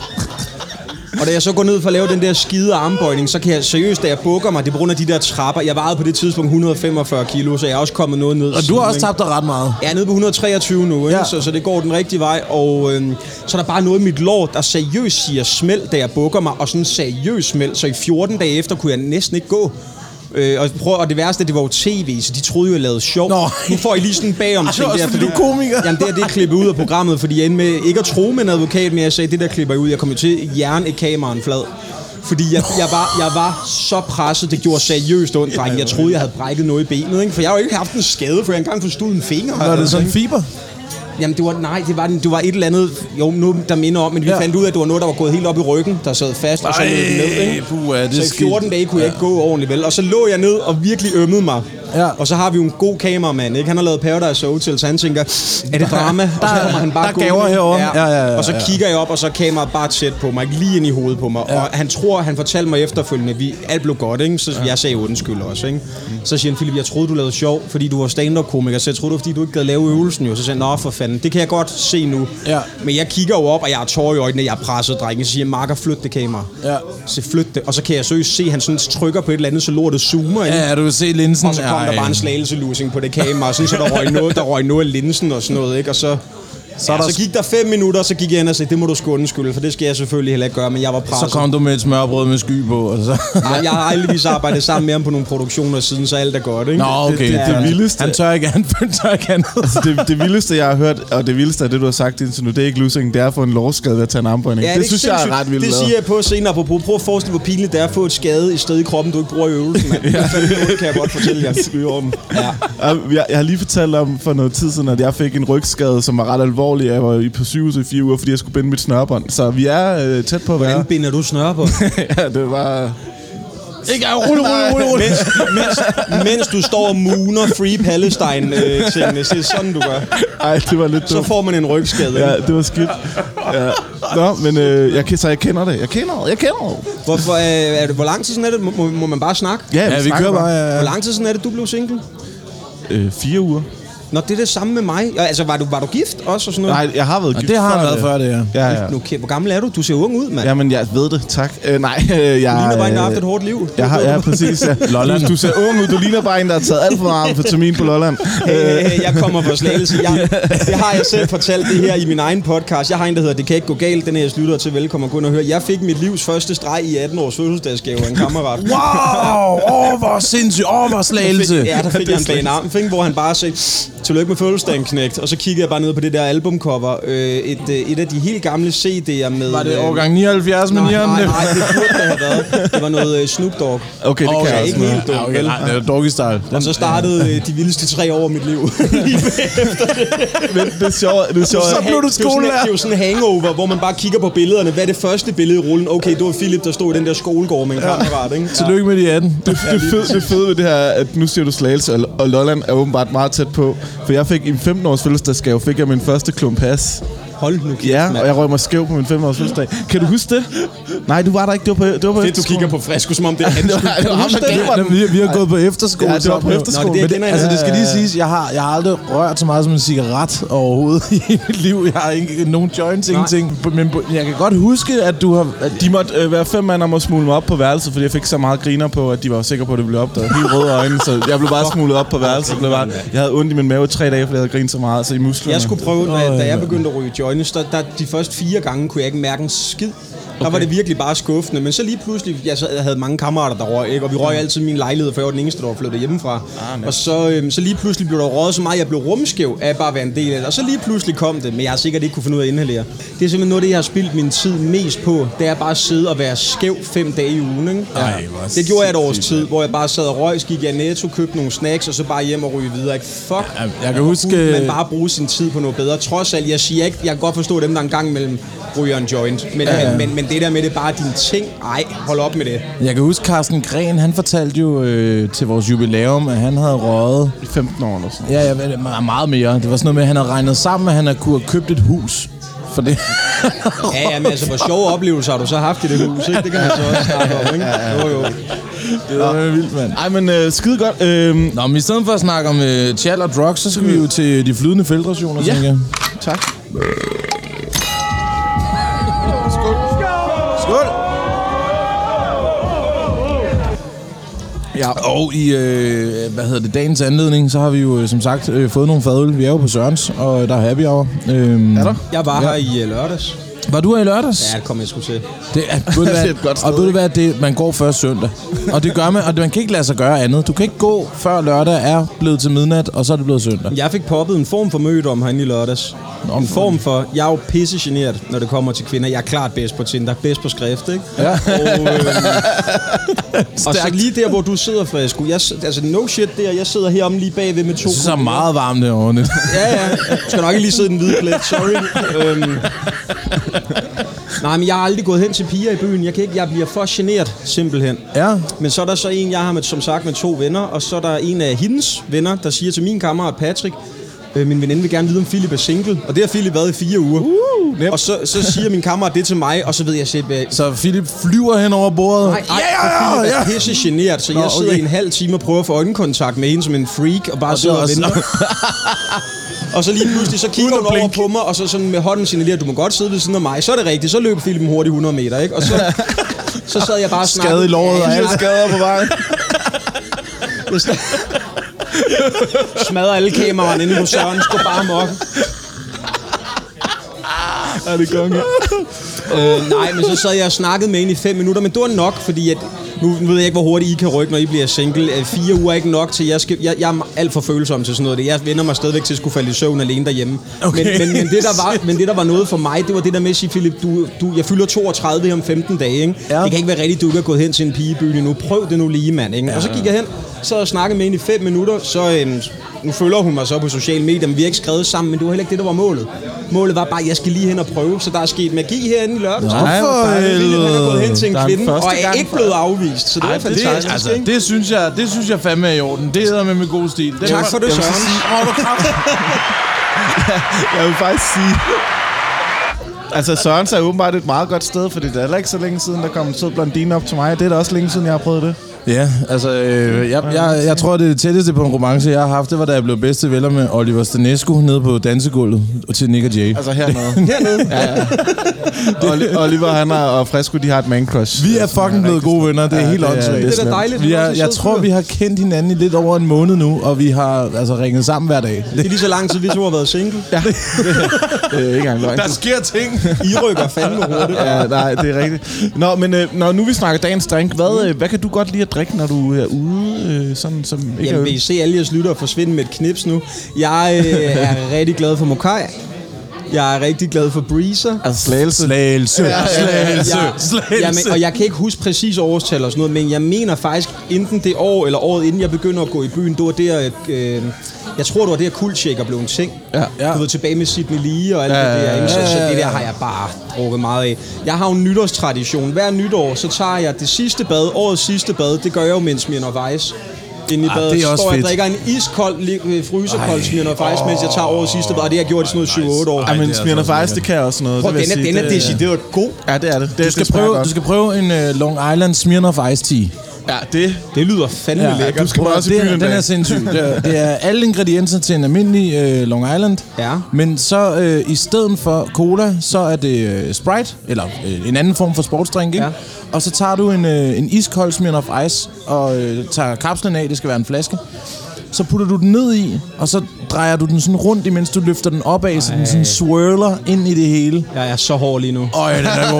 Og da jeg så går ned for at lave den der skide armbøjning, så kan jeg seriøst, da jeg bukker mig, det er på grund af de der trapper. Jeg vejede på det tidspunkt et hundrede og femogfyrre kilo, så jeg er også kommet noget ned. Og du har også tabt dig ret meget. Jeg er nede på et hundrede og treogtyve nu, ikke? Ja. Så, så det går den rigtige vej. Og øhm, så er der bare noget i mit lår, der seriøst siger smæld, da jeg bukker mig. Og sådan en seriøs smæld, så i fjorten dage efter kunne jeg næsten ikke gå. Øh, og, prøv, og det værste, det var jo tv, så de troede jo, jeg lavede sjov. Nå. Nu får I lige sådan en bagom ting også der. fordi du er komiker. Jamen det er det klippet ud af programmet, fordi jeg endte med ikke at tro med en advokat, men jeg sagde, det der klipper jeg ud. Jeg kom jo til at hjerne et kameraen flad. Fordi jeg, jeg, var, jeg var så presset, det gjorde seriøst ondt, dreng. Jeg troede, jeg havde brækket noget i benet, ikke? For jeg har jo ikke haft en skade, for jeg engang forstod en finger. Var det sådan en fiber? Jamen, det var, nej, det var, det var et eller andet, jo, nu der minder om, men vi Ja. fandt ud af, at det var noget, der var gået helt op i ryggen, der sad fast, og så løb den ned, ikke? Puh, ja, det Så er i skidt. fjorten dage kunne jeg ikke gå ordentligt, vel? Og så lå jeg ned og virkelig ømmede mig. Ja. Og så har vi jo en god kameramand, ikke? Han har lavet Paradise Hotel, så han tænker, er det drama? Og så kommer han bare der er gående. gaver herovre. Ja, ja, ja, Og så ja. kigger jeg op, og så er kameraet bare tæt på mig, ikke? Lige ind i hovedet på mig. Ja. Og han tror, han fortalte mig efterfølgende, at vi, alt blev godt, ikke? Så ja. jeg sagde undskyld også, ikke? Så siger han, Philip, jeg troede, du lavede sjov, fordi du var stand-up-komiker, så jeg troede, det var, fordi du ikke gad lave øvelsen, jo. Så siger han, nå for fanden, det kan jeg godt se nu. Ja. Men jeg kigger jo op, og jeg har tårer i øjnene, jeg er presset, drenge. Så siger Marker, flyt det kamera. Ja. Så flyt det. Og så kan jeg seriøst se, at han sådan trykker på et eller andet, så lortet zoomer ind. Ja, ja, du vil se linsen. Og så kom der bare en slagelselusing på det kamera, sådan, så der røg noget, der røg noget af linsen og sådan noget, ikke? Og så... Så, ja, der- så gik der fem minutter, og så gik jeg ind og sagde, det må du sgu undskylde, for det skal jeg selvfølgelig heller ikke gøre, men jeg var presset. Så kom du med et smørbrød med sky på, og så... Nej, jeg har aldrig arbejdet sammen med ham på nogle produktioner siden, så alt er godt, ikke? Nå, okay. det- det Ja. vildeste- Han tør ikke, han tør ikke andet. Altså, det, det vildeste, jeg har hørt, og det vildeste af det, du har sagt indtil nu, det er ikke losing, det er at få en lårskade ved at tage en armbøjning. Ja, det, er synes ikke jeg er sindssygt? ret vildt Det lavet. siger jeg på senere. På prøv at forestille, hvor pinligt det er at få et skade i sted i kroppen, du ikke bruger i øvelsen, mand. Ja. Det kan jeg godt fortælle jer. Det er i orden. Ja. Jeg, jeg har lige fortalt om for noget tid siden, at jeg fik en rygskade, som var ret alvorlig. Jeg var på sygehuset i fire uger, fordi jeg skulle binde mit snørebånd. Så vi er øh, tæt på at være. Hvordan binder du snør på? Ja, det var... Ikke, rulle, rulle, rulle, rulle. mens, mens, mens du står og mooner Free Palestine-tingene, øh, så er det sådan, du gør. Ej, det var lidt Så dumt. får man en rygskade. Ja, Ikke? det var skidt. Ja. Nå, men øh, jeg, kan- så jeg kender det. Jeg kender det. Jeg kender det. Hvorfor, øh, er det, hvor lang tid siden er det? Må, må, må man bare snakke? Ja, vi snakker kører bare... Ja. Hvor lang tid siden er det, du blev single? Øh, fire uger. Nå, det er det samme med mig. Ja, altså, var du, var du gift også og sådan noget? Nej, jeg har været Og gift det har han før været før, det, ja. Ja, ja. Nu, okay, hvor gammel er du? Du ser ung ud, mand. Jamen, jeg ved det. Tak. Øh, nej, øh, jeg... Du ligner bare en, der har øh, haft et hårdt liv. Jeg har, ja, præcis. Ja. Lolland. Du, du ser ung ud. Du ligner bare en, der har taget alt for meget for termin på Lolland. Hey, hey, hey, jeg kommer fra Slagelse. Jeg, det har jeg selv fortalt det her i min egen podcast. Jeg har en, der hedder Det kan ikke gå galt. Den her jeg slutter til velkommen og gå ind og høre. Jeg fik mit livs første streg i atten års fødselsdagsgave af en kammerat. Wow! Åh, oh, hvor sindssygt! Åh, oh, hvor slagelse! Ja, der fik jeg en bane arm, hvor han bare sagde, tillykke med fødselsdagen, knægt. Og så kiggede jeg bare ned på det der albumcover. Øh, et, øh, et af de helt gamle C D'er med... Var det øh, årgang nioghalvfjerds med Nej, nieren? nej, nej, det burde det have været. Det var noget øh, Snoop Dogg. Okay, det Okay, kan jeg ikke også. helt dumt, Ja, okay, vel? nej, det er doggy style. Og så startede øh, de vildeste tre år af mit liv. Lige bagefter det. Men det er sjovt. Det er sjovt. Så blev du Det er jo sådan- skolelærer. Det er jo sådan en hangover, hvor man bare kigger på billederne. Hvad er det første billede i rullen? Okay, det var Philip, der stod i den der skolegård med en kammerat, ikke? Tillykke med de atten. Det, det, fede, det fede ved det her, at nu siger du Slagelse, og, og Lolland er åbenbart meget tæt på. For jeg fik i en femten års fødselsdagsgave, fik jeg min første klump has. Hold nu kæft, Ja, mand. og jeg røg mig skæv på min fem-års fødselsdag. Kan du huske det? Nej, du var der ikke. Det var på, det var på Fedt, du kigger på Fresco, som om det er hans Det var- det var ham, der gav mig den. Vi, vi har gået på efterskole. Ja, det var på sammen. efterskole. Nå, det er det, jeg Men kender altså, det hende. skal lige siges, jeg har, jeg har aldrig rørt så meget som en cigaret overhovedet i mit liv. Jeg har ikke nogen joints, ingenting. Men jeg kan godt huske, at du har... At De måtte øh, være fem mand om at smule mig op på værelset, fordi jeg fik så meget griner på, at de var sikre på, at det blev opdaget. Helt røde øjne, så jeg blev bare smuglet op på værelset. Jeg, bare, jeg havde ondt i min mave tre dage, fordi jeg havde grinet så meget, så i musklerne. Jeg skulle prøve, da, da jeg begyndte at ryge joints, der, der, de første fire gange kunne jeg ikke mærke en skid. Der var det virkelig bare skuffende, men så lige pludselig, jeg, så, jeg havde mange kammerater, der røg, ikke? Og vi røg altid i min lejlighed, for jeg var den eneste, der var flyttet hjemmefra. Ah, og så, øhm, så lige pludselig blev der røget så meget, jeg blev rumskæv af bare at være en del af det. Og så lige pludselig kom det, men jeg har sikkert ikke kunne finde ud af at inhalere. Det er simpelthen noget af det, jeg har spildt min tid mest på, det er bare at sidde og være skæv fem dage i ugen, ikke? Ej, Det gjorde jeg et års tid, hvor jeg bare sad og røg, gik jeg i Netto, købte nogle snacks, og så bare hjem og ryge videre, ikke? Fuck, Jeg, jeg kan huske... man bare bruge sin tid på noget bedre. Trods alt, jeg siger ikke, jeg kan godt forstå dem, der engang mellem ryger en joint. Men, ja, ja. men, men, men det der med, det er bare dine ting. Ej, hold op med det. Jeg kan huske, Carsten Gren, han fortalte jo øh, til vores jubilæum, at han havde røget... I femten år eller sådan. Ja, ja, men meget mere. Det var sådan noget med, at han havde regnet sammen, at han havde kunne have købt et hus. For det. Ja, ja, men altså, hvor sjove oplevelser har du så haft i det hus, ikke? Det kan man så også snakke om, ikke? Jo, jo. Det var vildt, mand. Ej, men øh, skide godt. Øh, Nå, men i stedet for at snakke om øh, tjal og drugs, så skal vi jo til de flydende feltrationer, Ja. tænker jeg. tak. Skål! Ja, og i, øh, hvad hedder det, dagens anledning, så har vi jo øh, som sagt øh, fået nogle fadøl. Vi er jo på Sørens, og der er happy hour. Øhm, Er der? Jeg var Ja. her i uh, lørdags. Var du her i lørdags? Ja, det kom jeg sgu til. Det er, ved du Det er hvad, et godt sted, og ved du hvad, det, man går først søndag. Og det gør man, og man kan ikke lade sig gøre andet. Du kan ikke gå før lørdag er blevet til midnat, og så er det blevet søndag. Jeg fik poppet en form for mødom herinde i lørdags. En form for, jeg er jo pisse generet, når det kommer til kvinder. Jeg er klart bedst på Tinder, bedst på skrift, ikke? Ja. Og, øh, og så lige der, hvor du sidder, Fresco. Jeg, altså, no shit der. Jeg sidder heromme lige bagved med to. Jeg synes, det er meget varmt derovre. Ja, ja. Jeg skal nok ikke lige sidde i den hvide plet. Sorry. øhm. Nej, men jeg har aldrig gået hen til piger i byen. Jeg kan ikke, jeg bliver for generet, simpelthen. Ja. Men så er der så en, jeg har med, som sagt med to venner, og så er der en af hendes venner, der siger til min kammerat Patrick, øh, min veninde vil gerne vide, om Philip er single. Og det har Philip været i fire uger. Uh, og så, så siger min kammerat det til mig, og så ved jeg selv, hvad... Så Philip flyver hen over bordet. Nej, nej, ja, ja, ja. Jeg er pisse generet, så Nå, jeg sidder okay. i en halv time og prøver at få øjenkontakt med hende som en freak, og bare Og sidder det og er venter. Og så lige pludselig, så kigger hun Uden at over blinke. på mig, og så sådan med hånden signalerer, du må godt sidde ved siden af mig. Så er det rigtigt, så løber Philip hurtigt hundrede meter, ikke? Og så, så sad jeg bare og snakkede. Skade i låret og alle Skader på vejen. Jeg sn- smadrer alle kameraerne inde på Søren, går bare mok. Er det konge? Øh, nej, men så sad jeg og snakkede med hende i fem minutter, men det var nok, fordi at, nu ved jeg ikke, hvor hurtigt I kan rykke, når I bliver single. Øh, fire uger er ikke nok til, jeg, skal, jeg, jeg er alt for følsom til sådan noget. Jeg vender mig stadigvæk til at skulle falde i søvn alene derhjemme. Okay. Men, men, men, det, der var, men det, der var noget for mig, det var det der med at sige, Philip, du, du, jeg fylder toogtredive om femten dage, ikke? Ja. Det kan ikke være rigtigt, du ikke har gået hen til en pige i byen endnu. Prøv det nu lige, mand, ikke? Ja. Og så gik jeg hen, så og snakkede med hende i fem minutter, så øhm, nu følger hun mig så på sociale medier, men vi har ikke skrevet sammen, men det var heller ikke det, der var målet. Målet var bare, at jeg skal lige hen og prøve, så der er sket magi herinde i lørdag. Nej, hvor Philip, han er gået hen til en Der er kvinde, første og er gang ikke for- blevet afvist, så det Ej, var det, fantastisk, altså, ikke? det, synes jeg, det synes jeg fandme er i orden. Det hedder med med god stil. Det Tak var- for det, jeg vil så Søren. sige- Åh, du kraft. Jeg vil faktisk sige... Altså, Sørens er åbenbart et meget godt sted, fordi det er heller ikke så længe siden, der kom en sød blondine op til mig. Det er da også længe siden, jeg har prøvet det. Ja, altså, øh, jeg, jeg, jeg tror, det tætteste på en romance, jeg har haft, det var, da jeg blev bedste venner med Oliver Stanescu nede på dansegulvet til Nick og Jay. Altså hernede. Hernede. ja, ja. Oli- Oliver, han og Fresco, de har et man-crush. Vi er fucking blevet gode venner, det er Ja, helt det er- åndssvagt. det er Det er da slemt. dejligt. Vi du er er, også jeg en sød tror, fyr. vi har kendt hinanden i lidt over en måned nu, og vi har altså ringet sammen hver dag. Det er lige så lang tid, vi to har været single. Ja. Det er ikke engang løgn. Der sker ting. I rykker fandme hurtigt. Ja, nej, det er rigtigt. Nå, men øh, når nu vi snakker dagens drink, hvad, øh, hvad kan du godt lide at drikke, når du er ude, øh, sådan som ikke Jamen, er vil I øl? se alle jeres lyttere forsvinde med et knips nu? Jeg øh, er rigtig glad for Mokai. Jeg er rigtig glad for Breezer. Altså slagelse. Slagelse. Slagelse. Ja, Slagelse. jamen, og jeg kan ikke huske præcis årstal og sådan noget, men jeg mener faktisk, enten det år eller året inden jeg begynder at gå i byen, det var der, øh, jeg tror, det var der Kuldshaker blev en ting. Ja. Ja. Du ved, tilbage med Sydney Lee og alt Ja, det der, ikke? Så, ja, så ja, det der ja. har jeg bare drukket meget af. Jeg har jo en nytårstradition. Hver nytår, så tager jeg det sidste bad, årets sidste bad, det gør jeg jo med en Smirnoff Ice. inde i Ah, badet. det er Så også står jeg og fedt. drikker en iskold, li- fryserkold Smirnoff Ice, mens jeg tager årets sidste bad, og det har jeg gjort i sådan noget syv otte år. Ej, men det er Smirnoff altså Ice, det kan også noget. Prøv, det vil den er, jeg den er sige. decideret god. Ja, det er det. det Du skal, det smager prøve, godt. du skal prøve en uh, Long Island Smirnoff Ice Tea. Ja, det... Det lyder fandme Ja, lækkert. du skal bare også i det, byen er- en den dag. er sindssyg. Det er, det er alle ingredienser til en almindelig uh, Long Island. Ja. Men så uh, i stedet for cola, så er det uh, Sprite, eller uh, en anden form for sportsdrink, ikke? Ja. Og så tager du en, uh, en iskold Smirnoff Ice, og uh, tager kapslen af, det skal være en flaske. Så putter du den ned i, og så drejer du den sådan rundt, imens du løfter den opad, så den sådan swirler ind i det hele. Jeg er så hård lige nu. Øj, den er god.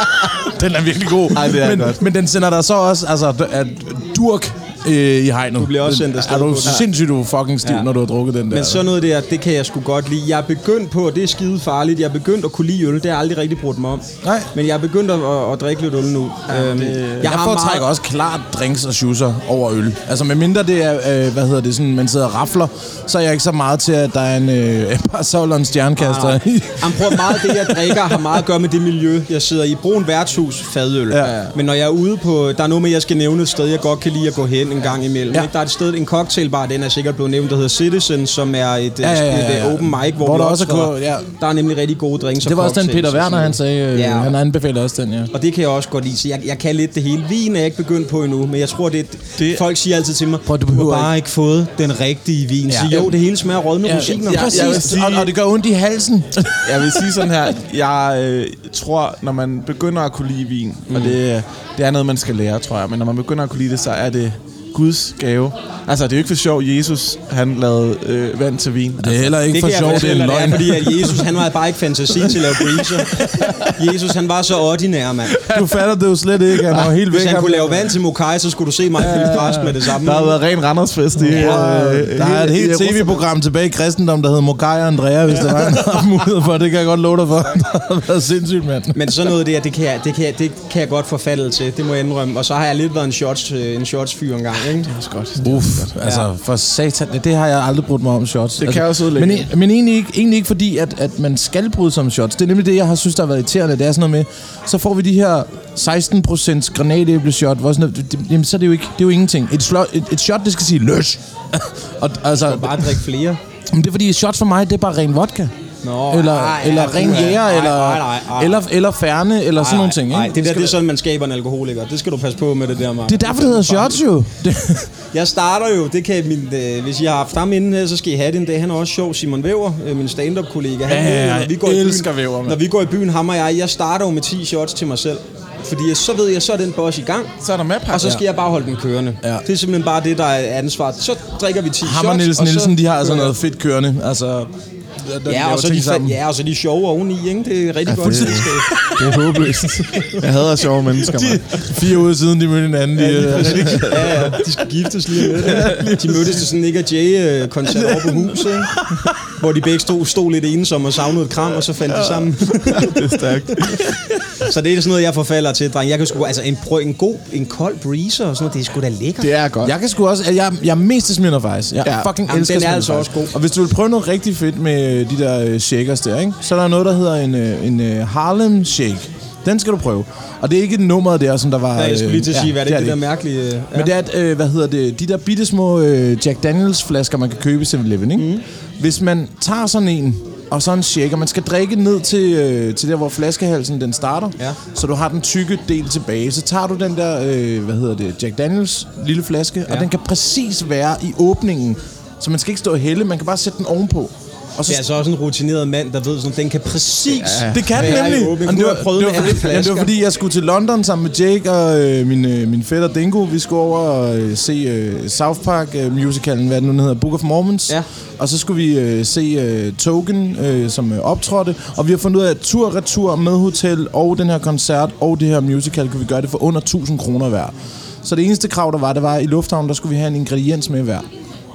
Den er virkelig god. Ej, det er men, godt. men den sender dig så også, altså, at durk øh, i hegnet. Du bliver også sendt afsted Er du på den. sindssygt, du er fucking stiv, Ja. når du har drukket den der. Men sådan noget der, det kan jeg sgu godt lide. Jeg er begyndt på, og det er skide farligt, jeg er begyndt at kunne lide øl. Det har jeg aldrig rigtig brugt mig om. Nej. Men jeg er begyndt at, at, at drikke lidt øl nu. Ja, øhm, Jeg, jeg har foretrækker meget- også klart drinks og schusser over øl. Altså medmindre det er, øh, hvad hedder det, sådan, man sidder og rafler, så er jeg ikke så meget til, at der er en øh, parasol og en stjernekaster. Nej, nej. Jamen, prøv, meget af det, jeg drikker, har meget at gøre med det miljø. Jeg sidder i Brun Værtshus fadøl. Ja. Men når jeg er ude på... Der er noget med, at jeg skal nævne et sted, jeg godt kan lide at gå hen en gang imellem. Ja. Ikke? Der er et sted, en cocktailbar, den er sikkert blevet nævnt, der hedder Citizen, som er et, Ja, ja, ja, ja. et, et open mic, hvor, Hvor vi der også er optræder. ko- ja. Der er nemlig rigtig gode drinks. Det var også den Peter cocktails og Werner, sådan han sagde. Øh, Ja. Han anbefaler også den, ja. Og det kan jeg også godt lide. Så jeg, jeg kan lidt det hele. Vin er jeg ikke begyndt på endnu, men jeg tror, det, det folk siger altid til mig, Prøv, du du har behøver bare ikke fået den rigtige vin. Ja. Så jo, det hele smager rødme ja, rosiner. Ja, præcis. jeg vil sige- og, og det gør ondt i halsen. Jeg vil sige sådan her, jeg øh, tror, når man begynder at kunne lide vin, mm. og det, det er noget, man skal lære, tror jeg, men når man begynder at kunne lide det, så er det Guds gave. Altså, det er jo ikke for sjov, Jesus, han lavede øh, vand til vin. Det er heller ikke Det for kan jeg sjovt, det er fortælle en dig, det er, løgn. fordi at Jesus, han var bare ikke fantasi til at lave breezer. Jesus, han var så ordinær, mand. Du fatter det jo slet ikke, han var helt væk. Hvis han ham. kunne lave vand til Mokai, så skulle du se mig fylde præst med det samme. Der har været ren Randersfest i... Ja, øh, der er et i- i helt tv-program tilbage i kristendom, der hedder Mokai og Andrea, hvis der var en der har mulighed for. Det kan jeg godt love dig for. Det har været sindssygt, mand. Men sådan noget der, det kan, jeg, det, kan jeg, det kan jeg godt få faldet til. Det må jeg indrømme. Og så har jeg lidt været en shots, øh, en shots-fyr engang, ikke? Det er også godt. Uff, altså for satan, det har jeg aldrig brugt mig om shots. Det altså, kan også ødelægge. Men, men egentlig, ikke, egentlig ikke fordi, at, at man skal bryde sig om shots. Det er nemlig det, jeg har synes, der har været irriterende. Det er sådan noget med, så får vi de her seksten procent granatæbleshot, hvor sådan noget, det, jamen, så er det jo ikke, det er jo ingenting. Et, slot, et, et shot, det skal sige løs. og, altså, Bare drikke flere. men det er fordi, et shot for mig, det er bare ren vodka. Nå, eller ej, eller ja, ren puha. jæger, Ej, eller, ej, ej, ej. eller, eller færne, eller sådan nogle ting. Ikke? Nej, det der, skal det er sådan, man skaber en alkoholiker. Det skal du passe på med det der, Mark. det er derfor, det hedder shots jo. Det, Jeg starter jo, det kan min, øh, hvis I har haft ham inden her, så skal I have det en dag. Han er også sjov, Simon Væver, øh, min stand-up-kollega. Han, Ja, ved, jeg når vi går i elsker byen, Væver, mand. Når vi går i byen, ham og jeg, jeg starter jo med ti shots til mig selv. Fordi så ved jeg, så er den boss i gang. Så er der madpakke. Og så skal jeg bare holde den kørende. Ja. Det er simpelthen bare det, der er ansvaret. Så drikker vi ti shots. Ham og Nielsen og så Nielsen, de har altså kører noget fedt kørende. Altså, der, der Ja, laver og så ting de, sammen. ja, og så de sjove oveni, ikke? Det er rigtig Ja, godt det- selskab. Det er håbløst. Jeg hader sjove mennesker, mand. Fire uger siden, de mødte hinanden. De, Ja, øh, ja, ja, de skal giftes lige om lidt. De mødtes til sådan en Nick og Jay-koncert over på huset, ikke? Hvor de begge stod, stod lidt ensomme og savnede et kram, og så fandt de sammen. Det er stærkt. Så det er sådan noget, jeg forfalder til, dreng. Jeg kan sgu, altså en, prøv, en god, en kold breezer og sådan noget, det er sgu da lækkert. Det er godt. jeg kan sgu også... Jeg, jeg er mest til Smirnoff Ice. Jeg Ja. fucking Jamen, elsker den er Smirnoff altså Ice. også god. Og hvis du vil prøve noget rigtig fedt med de der øh, shakers der, ikke? Så er der noget, der hedder en, øh, en øh, Harlem Shake. Den skal du prøve. Og det er ikke nummeret der, som der var... Ja, jeg skulle lige til at øh, sige, hvad er det, er det der mærkelige... Ja. Men det er, at, øh, hvad hedder det, de der bittesmå øh, Jack Daniels flasker, man kan købe i seven eleven, ikke? Mm. Hvis man tager sådan en, og så en shaker, man skal drikke ned til, øh, til der, hvor flaskehalsen den starter, Ja. så du har den tykke del tilbage. Så tager du den der, øh, hvad hedder det, Jack Daniels lille flaske, ja. og den kan præcis være i åbningen. Så man skal ikke stå og hælde, man kan bare sætte den ovenpå. Og så Det er altså også en rutineret mand, der ved sådan, den kan præcis... Ja. Det kan den være i nemlig. åbning. Men Nu har jeg prøvet det, var, med alle fordi, ja, det var flasker. fordi, jeg skulle til London sammen med Jake og øh, min, øh, min fætter Dingo. Vi skulle over og øh, se øh, South Park øh, musicalen, hvad den nu hedder, Book of Mormons. Ja. Og så skulle vi øh, se øh, Token, øh, som øh, optrådte. Og vi har fundet ud af, at tur-retur med hotel og den her koncert og det her musical, kunne vi gøre det for under tusind kroner hver. Så det eneste krav, der var, det var, at i lufthavnen, der skulle vi have en ingrediens med hver.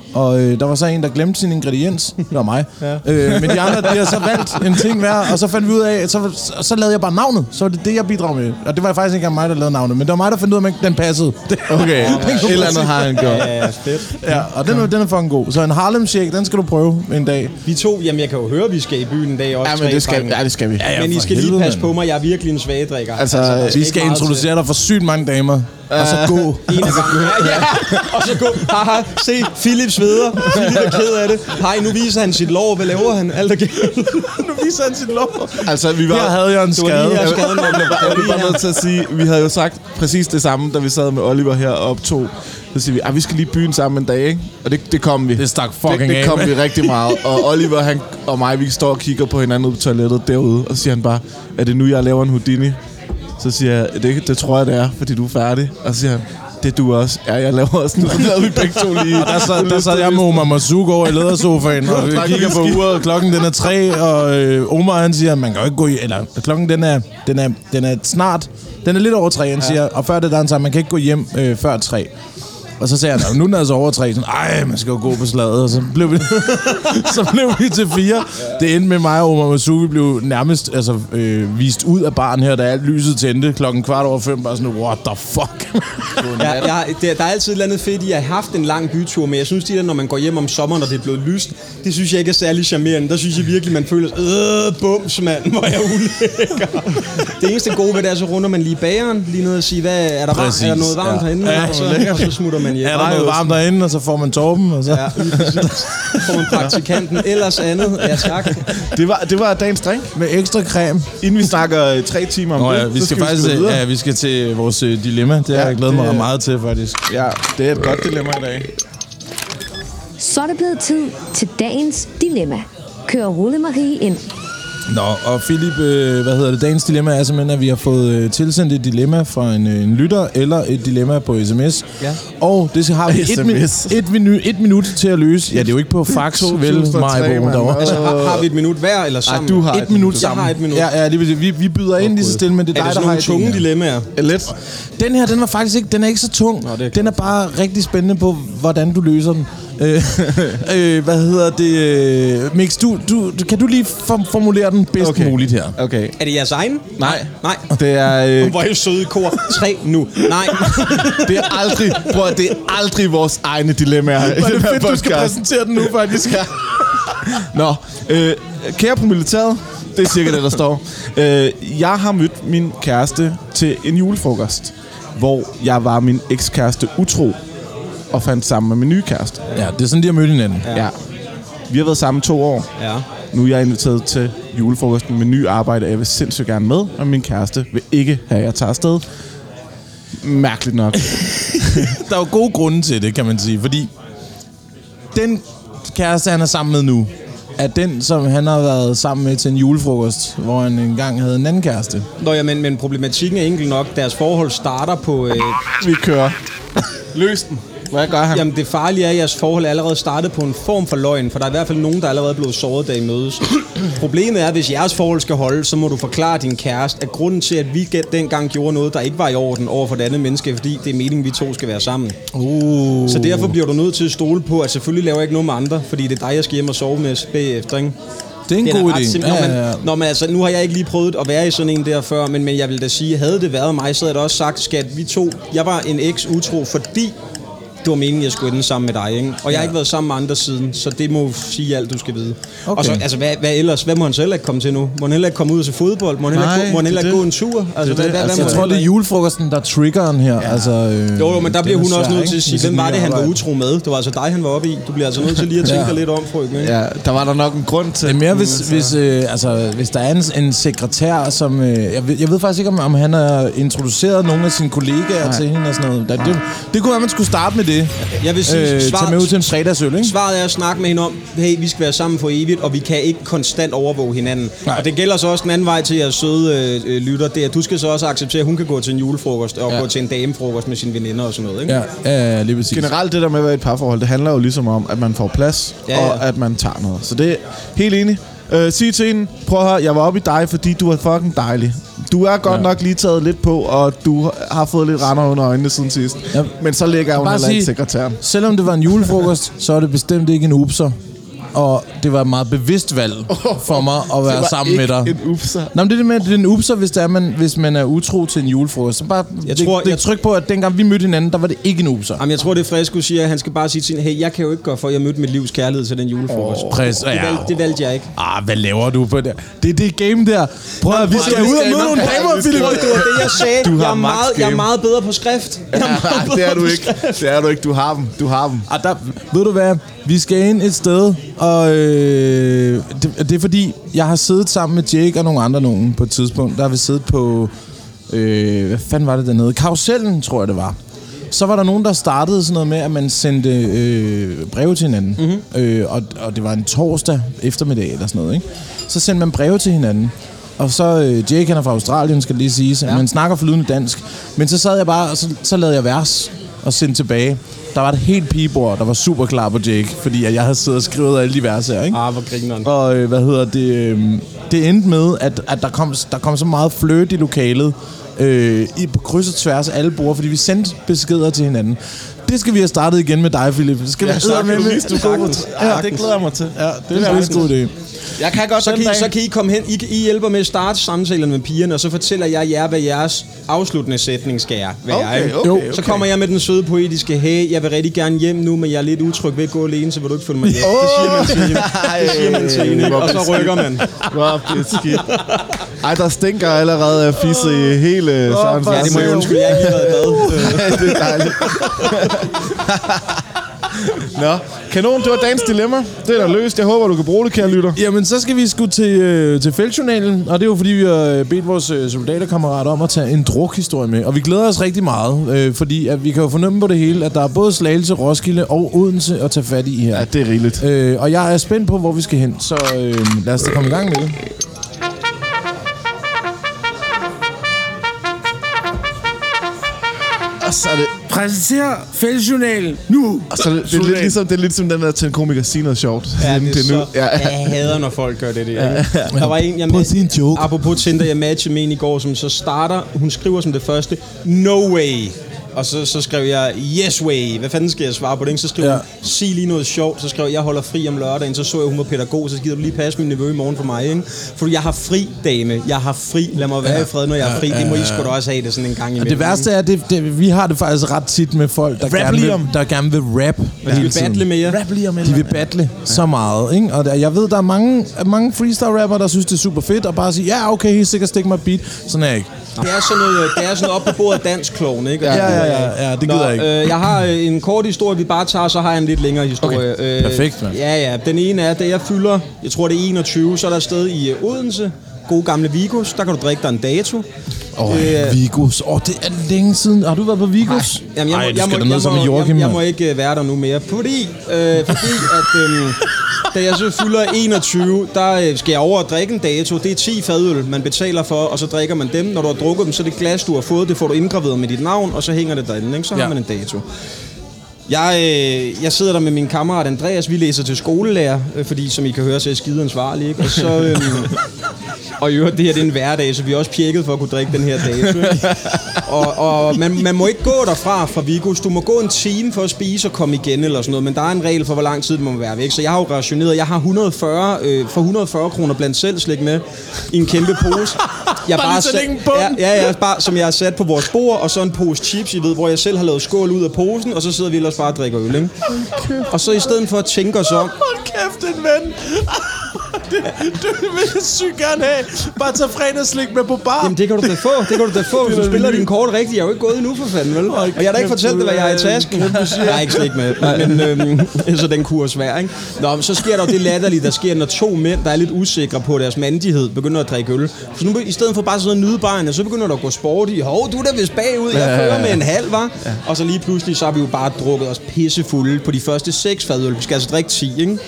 og øh, der var så en, der glemte sin ingrediens. Det var mig. Ja. Øh, men de andre, de har så valgt en ting hver, og så fandt vi ud af, så, så, så lavede jeg bare navnet. Så var det det, jeg bidrog med. Og det var faktisk ikke engang mig, der lavede navnet, men det var mig, der fandt ud af, at den passede. Okay, et eller andet har han gjort. Ja, ja, fedt. Ja, og den, den er fucking god. Så en Harlem Shake, den skal du prøve en dag. Vi to, jamen jeg kan jo høre, at vi skal i byen en dag også. Ja, men det skal, ja, det skal vi. Ja, ja, men I skal lige passe på mig, jeg er virkelig en svagdrikker. Altså, altså vi skal introducere dig for sygt mange damer, uh, og så gå. En af ja, ja, og så gå. Haha, se, Philip sveder. Philip er ked af det. Hej, nu viser han sit lår. Hvad laver han? Alt er galt. Nu viser han sit lår. Altså, vi var... Her havde jeg en skade. Jeg var bare nødt til at sige, vi havde jo sagt præcis det samme, da vi sad med Oliver her og optog. Så siger vi, at vi skal lige byen sammen en dag, ikke? Og det, det kom vi. Det stak fucking det, det af. kom vi rigtig meget. Og Oliver han, og mig, vi står og kigger på hinanden ude på toilettet derude. Og så siger han bare, er det nu, jeg laver en Houdini? Så siger jeg, det, det tror jeg, det er, fordi du er færdig. Og så siger han, det du også. Ja, jeg laver også noget. Så lavede vi begge to lige. Og der sad, der sad jeg med Omar Masuk over i ledersofaen, og vi kigger på uret, klokken den er tre, og øh, Omar han siger, man kan jo ikke gå i, eller klokken den er, den er, den er snart, den er lidt over tre, han siger, og før det der han sagde, man kan ikke gå hjem øh, før tre. Og så sagde han, nu er den altså over tre, sådan, ej, man skal jo gå på slaget, og så blev vi, så blev vi til fire. Det endte med mig og Omar Masuk, vi blev nærmest altså, øh, vist ud af baren her, da alt lyset tændte klokken kvart over fem, bare sådan, what the fuck? Ja, jeg, der, der er altid et eller andet fedt i, at jeg har haft en lang bytur, men jeg synes, de der, når man går hjem om sommeren, og det er blevet lyst, det synes jeg ikke er særlig charmerende. Der synes jeg virkelig, man føler, øh, bums, mand, hvor er jeg ulækker. Det eneste gode ved det er, så runder man lige bageren, lige ned og sige, hvad er der, varmt? Er der noget varmt ja. herinde? Ja, og, så, og så smutter man hjem. Er der noget varmt derinde, og så får man Torben, og så... Ja, lige præcis. Så får man praktikanten, ellers andet. Ja, tak. Det var, det var dagens drink. Med ekstra creme. Inden vi snakker tre timer om Nå, det, ja, vi skal, skal faktisk vi ja, vi skal til vores uh, dilemma. Det har Ja, jeg glædet det, mig meget til, faktisk. Ja, det er et godt dilemma i dag. Så er det blevet tid til dagens dilemma. Kører Rulle Marie ind. Nå, og Philip, øh, hvad hedder det? Dagens dilemma er simpelthen, at vi har fået øh, tilsendt et dilemma fra en, øh, en lytter, eller et dilemma på sms. Ja. Og det har vi et, min, et, minu, et minut til at løse. Ja, det er jo ikke på fax, vel, Majbo, derovre. Altså, har, har vi et minut hver, eller sammen? Ej, du har et, et minut sammen. Jeg har et minut. Ja, ja det, vi, vi byder ind lige så stille, men det er, Er dig, det der har sådan nogle et tunge dilemmaer? Lidt. Den her, den var faktisk ikke, den er ikke så tung. Nå, er den er bare rigtig spændende på, hvordan du løser den. øh, øh, hvad hedder det? Øh, Mix, du, du, kan du lige form- formulere den bedst Okay. muligt her? Okay. Er det jeres egen? Nej. Nej. Det er... Øh, Hvor er I søde i kor? Tre nu. Nej. det er aldrig... Prøv at, det er aldrig vores egne dilemmaer i Hvor er den det her fedt, du skal podcast. præsentere den nu, faktisk. Nå, øh, kære på militæret, det er cirka det, der står. Øh, jeg har mødt min kæreste til en julefrokost, hvor jeg var min ekskæreste utro og fandt sammen med min nye kæreste. Ja, det er sådan, de har mødt hinanden. Ja. ja. Vi har været sammen to år. Ja. Nu er jeg inviteret til julefrokosten med ny arbejde, og jeg vil sindssygt gerne med, og min kæreste vil ikke have, at jeg tager afsted. Mærkeligt nok. Der er jo gode grunde til det, kan man sige, fordi den kæreste, han er sammen med nu, er den, som han har været sammen med til en julefrokost, hvor han engang havde en anden kæreste. Nå ja, men, men problematikken er enkelt nok. Deres forhold starter på... Øh, Vi kører. Løs den. Hvad gør han? Jamen det farlige er, at jeres forhold er allerede startet på en form for løgn, for der er i hvert fald nogen, der er allerede blevet såret, da I mødes. Problemet er, at hvis jeres forhold skal holde, så må du forklare din kæreste, at grunden til, at vi dengang gjorde noget, der ikke var i orden over for det andet menneske, fordi det er meningen, vi to skal være sammen. Uh. Så derfor bliver du nødt til at stole på, at selvfølgelig laver jeg ikke noget med andre, fordi det er dig, jeg skal hjem og sove med bagefter, ikke? Det er en Det er god ret idé. simpelt. Når man, Ja, ja, ja. når man, altså, nu har jeg ikke lige prøvet at være i sådan en der før, men, men jeg vil da sige, havde det været mig, så havde jeg da også sagt, skat, vi to, jeg var en eks-utro, fordi det var meningen, jeg skulle ende sammen med dig, ikke? Og jeg har ikke været sammen med andre siden, så det må sige alt, du skal vide. Okay. Og så, altså, hvad, hvad ellers? Hvad må han så heller ikke komme til nu? Må han heller ikke komme ud og se fodbold? Må han heller Nej, ikke, gå, må han heller det ikke er gå en tur? Altså, det. hvad, hvad, Altså, hvad Jeg må tror, han det er heller julefrokosten, der er triggeren her. Ja. Altså, øh, ikke? Jo, jo, men der bliver hun også svær, nødt til at ikke? sige, hvem var det, han var arbejde. utro med? Det var altså dig, han var oppe i. Du bliver altså nødt til lige at tænke Ja. dig lidt om, frøken. Ikke? Ja, der var der nok en grund til. Det er mere, hvis, hvis, øh, altså, hvis der er en, en sekretær, som... Øh, jeg, ved, jeg ved faktisk ikke, om, om han har introduceret nogle af sine kollegaer Nej. til hende og sådan noget. Det, det, det kunne være, man skulle starte med det. Jeg vil sige, Øh, tage med ud til en fredagsøl, ikke? Svaret er at snakke med hende om, hey, vi skal være sammen for evigt, og vi kan ikke konstant overvåge hinanden. Nej. Og det gælder så også den anden vej til jeres søde øh, lytter, det er, at du skal så også acceptere, at hun kan gå til en julefrokost og Ja. gå til en damefrokost med sine veninder og sådan noget, ikke? Ja, ja, lige præcis. Generelt det der med at være i et parforhold, det handler jo ligesom om, at man får plads, Ja, ja. og at man tager noget. Så det er helt enig. Øh, sig til hende, prøv at høre, jeg var oppe i dig, fordi du er fucking dejlig. Du er godt ja. nok lige taget lidt på, og du har fået lidt render under øjnene siden sidst. Ja. Men så ligger hun heller ikke sekretæren. Selvom det var en julefrokost, så er det bestemt ikke en upser. Og det var et meget bevidst valg for mig at være sammen med dig. Det var ikke en upser. Nå, men det er det med, det er en upser, hvis, det er, man, hvis man er utro til en julefrokost. Så bare jeg det, tror, det, jeg tryk på, at dengang vi mødte hinanden, der var det ikke en upser. Jamen, jeg tror, det er frisk at sige, at han skal bare sige til hende, hey, jeg kan jo ikke gøre for, at jeg mødte mit livs kærlighed til den julefrokost. Oh, Præcis. Det, valg, det valgte jeg ikke. Ah, hvad laver du på det? Det er det game der. Prøv at vi skal ud og møde nogle damer, Philip. Det var det, jeg sagde. Du jeg, er meget, jeg er meget bedre på skrift. Ja, det er du ikke. Det er du ikke. Du har dem. Du har dem. Ah, der, ved du hvad? Vi skal ind et sted, og øh, det, det er fordi, jeg har siddet sammen med Jake og nogle andre nogen på et tidspunkt. Der har vi siddet på, øh, hvad fanden var det dernede? Karusellen, tror jeg det var. Så var der nogen, der startede sådan noget med, at man sendte øh, breve til hinanden. Mm-hmm. Øh, og, og det var en torsdag eftermiddag eller sådan noget, ikke? Så sendte man breve til hinanden. Og så, øh, Jake han er fra Australien, skal det lige sige, ja. Man snakker flydende dansk. Men så sad jeg bare, og så, så lavede jeg vers og sendte tilbage. Der var et helt pigebord, der var super klar på Jake, fordi at jeg havde siddet og skrevet alle de vers her, ikke? Ah, hvor grineren. Og øh, hvad hedder det? Øh, det endte med, at, at der, kom, der kom så meget fløjt i lokalet, øh, i, på kryds og tværs af alle bord, fordi vi sendte beskeder til hinanden. Det skal vi have startet igen med dig, Philip. Det skal ja, vi have med, med. Ja, det glæder jeg mig til. Ja, det er en god idé. Jeg kan godt så kan, I, så kan I komme hen. I, I hjælper med at starte samtalerne med pigerne, og så fortæller jeg jer, hvad jeres afsluttende sætning skal være. Okay, okay, okay. Så kommer jeg med den søde poetiske, hey, jeg vil rigtig gerne hjem nu, men jeg er lidt utryg ved at gå alene, så vil du ikke følge mig hjem. Oh. Det siger man til hende. Det siger man til hende, og så rykker man. Hvor det skidt. Ej, der stinker allerede af fisse i hele oh, Sørens. Ja, det må jeg undskylde, jeg har ikke været bad. Det er dejligt. Nå, kanon, det var dagens dilemma. Det er da løst. Jeg håber, du kan bruge det, kære lytter. Jamen, så skal vi sgu til, øh, til feltjournalen, og det er jo fordi, vi har bedt vores øh, soldaterkammerater om at tage en drukhistorie med. Og vi glæder os rigtig meget, øh, fordi at vi kan jo fornemme på det hele, at der er både Slagelse, Roskilde og Odense at tage fat i her. Ja, det er rigeligt. Øh, og jeg er spændt på, hvor vi skal hen, så øh, lad os da komme i gang med det. Og så er det... Præsenter feltjournal nu! Og så er det, det, er lidt ligesom, det er lidt som den der til en komiker siger noget sjovt. Ja, det er, det er så, nu. Ja. Jeg hader, når folk gør det der. Ja. Der var en, jeg Prøv at sige en joke. Apropos Tinder, jeg matchede med en i går, som så starter, hun skriver som det første, no way. Og så, så skrev jeg, yes way. Hvad fanden skal jeg svare på det? Så skrev ja. hun, sig lige noget sjovt. Så skrev jeg, jeg holder fri om lørdagen. Så så jeg, hun var pædagog. Så gider du lige passe min nevø i morgen for mig, ikke? Fordi jeg har fri, dame. Jeg har fri. Lad mig være ja. i fred, når jeg er fri. Det må I sgu da også have det sådan en gang imellem. Og det værste er, det, det, vi har det faktisk ret tit med folk, der, gerne vil, der gerne vil rap. Ja. De vil battle med jer. Rap lige om De vil battle ja. så meget, ikke? Og der, jeg ved, der er mange, mange freestyle-rapper, der synes, det er super fedt. Og bare sige, ja, okay, helt sikkert stik mig beat. Sådan er jeg ikke. Det er sådan noget, det er sådan noget op på bordet dansk klovn, ikke? Ja, ja, ja, ja, det gider jeg ikke. Øh, jeg har øh, en kort historie, vi bare tager, så har jeg en lidt længere historie. Okay. Perfekt, mand. Øh, ja, ja. Den ene er, da jeg fylder, jeg tror det er enogtyve, så er der et sted i uh, Odense, gode gamle Vigos, der kan du drikke dig en dato. Åh, oh, øh, Vigos. Åh, oh, det er længe siden. Har du været på Vigos? Nej, jamen, jeg, Ej, må, jeg, må, jeg, må, jeg, jeg, jeg må ikke uh, være der nu mere, fordi, øh, fordi at... Øh, da jeg så fylder enogtyve, der skal jeg over og drikke en dato. Det er ti fadøl, man betaler for, og så drikker man dem. Når du har drukket dem, så er det glas, du har fået. Det får du indgraveret med dit navn, og så hænger det derinde, ikke? Så ja. har man en dato. Jeg, øh, jeg sidder der med min kammerat Andreas. Vi læser til skolelærer, øh, fordi som I kan høre, så er jeg skide ansvarlig, ikke? Og så... Øh, og i øvrigt, det her det er en hverdag, så vi er også pjekket for at kunne drikke den her dato. Og, og man, man må ikke gå derfra fra Vigos. Du må gå en time for at spise og komme igen eller sådan noget, men der er en regel for, hvor lang tid det må være væk. Så jeg har jo rationeret. Jeg har et hundrede og fyrre, øh, for et hundrede og fyrre kroner blandt selv slik med i en kæmpe pose. Jeg bare, bare sat, ja, ja, ja, bare, som jeg har sat på vores bord, og så en pose chips, I ved, hvor jeg selv har lavet skål ud af posen, og så sidder vi ellers bare og drikker øl, ikke? Og så i stedet for at tænke os om... Hold kæft, en ven! Det, det vil jeg sygt gerne have. Bare tage fredagsslik med på bar. Jamen det kan du da få, det kan du da få, hvis du spiller din kort rigtigt. Jeg er jo ikke gået endnu for fanden, vel? Og jeg har da ikke fortalt dig, hvad jeg har i tasken. Jeg har ikke slik med, men øhm, så den kur er svær, ikke? Nå, så sker der jo det latterlige, der sker, når to mænd, der er lidt usikre på deres mandighed, begynder at drikke øl. Så nu i stedet for bare sådan noget nyde baren, så begynder der at gå sport i. Hov, du er da vist bagud, jeg fører med en halv, var. Ja. Og så lige pludselig, så har vi jo bare drukket os pissefulde på de første seks fadøl. Vi skal altså drikke ti, ikke?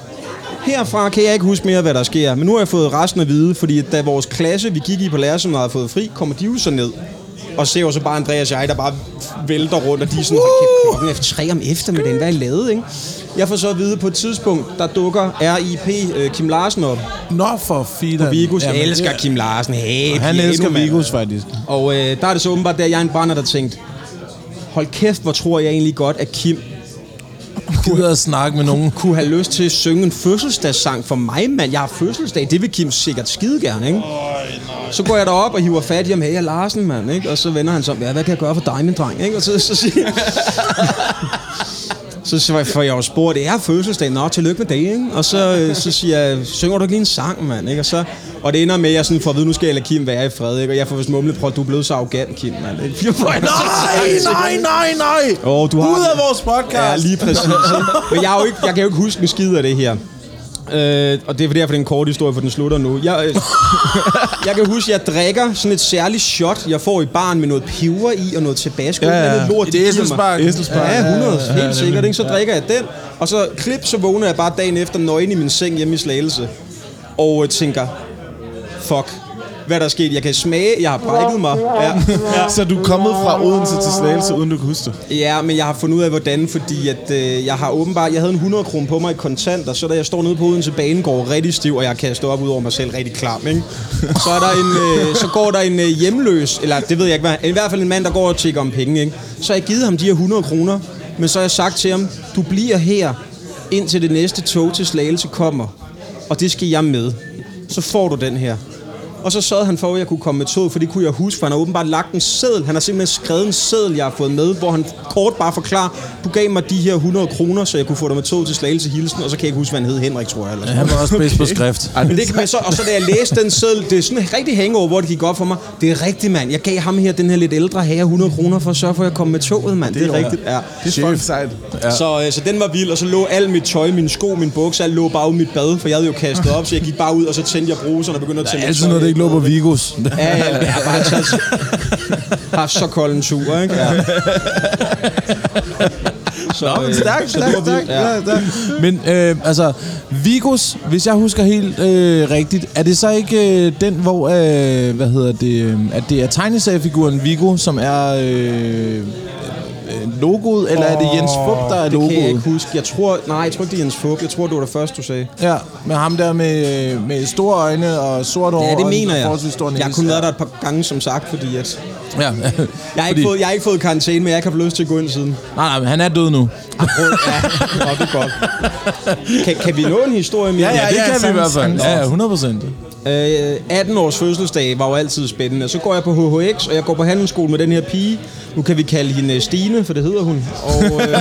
Herfra kan jeg ikke huske mere, hvad der sker. Men nu har jeg fået resten at vide, fordi da vores klasse, vi gik i på lærerseminaret, har fået fri, kommer de jo så ned. Og ser jo så bare Andreas og jeg, der bare vælter rundt, og de er sådan, hold kæft, klokken er tre om eftermiddagen, hvad er I lavet, ikke? Jeg får så at vide, på et tidspunkt, der dukker R I P øh, Kim Larsen op. Nå for filan. På Vigos. Jeg elsker Kim Larsen. Hey, han piano, elsker mand. Vigos, faktisk. Og øh, der er det så åbenbart, der jeg er en brænder, der tænkt, hold kæft, hvor tror jeg egentlig godt, at Kim gider at snakke med nogen. Kunne have lyst til at synge en fødselsdagssang for mig, mand. Jeg har fødselsdag. Det vil Kim sikkert skide gerne, ikke? Så går jeg derop og hiver fat i ham. Hey, jeg er Larsen, mand, ikke? Og så vender han så, ja, hvad kan jeg gøre for dig, min dreng, ikke? Og så, så siger så får jeg jo spurgt, det er fødselsdag, nå, tillykke med det, ikke? Og så, så siger jeg, synger du ikke lige en sang, mand, ikke? Og, så, og det ender med, at jeg sådan får at vide, nu skal jeg lade Kim være i fred, ikke? Og jeg får vist mumlet, prøv, du er blevet så arrogant, Kim, mand. Nej, nej, nej, nej! Oh, du har ud af vores podcast! Ja, lige præcis. Men jeg, er jo ikke, jeg kan jo ikke huske en skid af det her. Øh, og det er derfor, det er en kort historie, for den slutter nu. Jeg, øh, jeg kan huske, at jeg drikker sådan et særligt shot, jeg får i baren med noget peber i og noget tabasco. Ja, ja. Lort, det er Æselspark. Ja, hundrede. Ja, ja, helt sikkert. Ikke? Så drikker jeg den, og så klip, så vågner jeg bare dagen efter nøgen i min seng hjemme i Slagelse. Og tænker, fuck, hvad der er sket. Jeg kan smage, jeg har brækket mig. Ja. Ja. Så du er kommet fra Odense til Slagelse, uden du kan huske det? Ja, men jeg har fundet ud af, hvordan, fordi at, øh, jeg har åbenbart, jeg havde en hundrede kroner på mig i kontanter, så da jeg står nede på Odense Banegård rigtig stiv, og jeg kaster op ud over mig selv rigtig klam, ikke? Så, er der en, øh, så går der en øh, hjemløs, eller det ved jeg ikke hvad, i hvert fald en mand, der går og tjekker om penge, ikke? Så har jeg givet ham de her hundrede kroner, men så har jeg sagt til ham, du bliver her, indtil det næste tog til Slagelse kommer, og det skal jeg med. Så får du den her. Og så sørgede han for, at jeg kunne komme med tog, for det kunne jeg huske, for han har åbenbart lagt en seddel. Han har simpelthen skrevet en seddel, jeg har fået med, hvor han kort bare forklarer, du gav mig de her hundrede kroner, så jeg kunne få dig med tog til Slagelse Hilsen, og så kan jeg ikke huske, hvad han hed, Henrik, tror jeg. Eller ja, han var også bedst på skrift. Men det kan man så, og så da jeg læste den seddel, det er sådan en rigtig hangover, hvor det gik op for mig. Det er rigtigt, mand. Jeg gav ham her, den her lidt ældre herre, hundrede kroner for at sørge for, at jeg kom med toget, mand. Det, det er rigtigt. Ja. Det er fucking sejt. Ja. Så, øh, så den var vild, og så lå alt mit tøj, mine sko, mine bukser, alt lå bare ud i mit bad, for jeg havde jo kastet op, så jeg gik bare ud, og så tændte jeg bruseren og begyndte at tænde. Altid noget, det ikke lå på Vigos. Ja, ja, jeg har bare taget, haft så kold en tur, ikke? Ja. Så, Nå, men stærkt, stærkt, stærkt. Ja. Men øh, altså, Vigos, hvis jeg husker helt øh, rigtigt, er det så ikke øh, den, hvor, øh, hvad hedder det, øh, at det er tegneseriefiguren Viggo, som er øh, logoet, eller oh, er det Jens Fugt, der er logoet? Det kan jeg ikke huske. Jeg tror, nej, jeg tror ikke, det er Jens Fugt. Jeg tror, det var det første, du sagde. Ja, med ham der med, med store øjne og sort hår. Ja, det mener jeg. Jeg har kun været der et par gange, som sagt, fordi at... Ja. jeg, har ikke fået, jeg har ikke fået karantæne, men jeg ikke har fået lyst til at gå ind siden. Nej, nej, men han er død nu. Ja, oh, det er godt. Kan, kan vi nå en historie mere? Ja, ja, det ja, kan vi i hvert fald. Ja, hundrede procent. Øh, atten års fødselsdag var jo altid spændende. Så går jeg på H H X, og jeg går på handelsskole med den her pige. Nu kan vi kalde hende Stine, for det hedder hun. Og øh,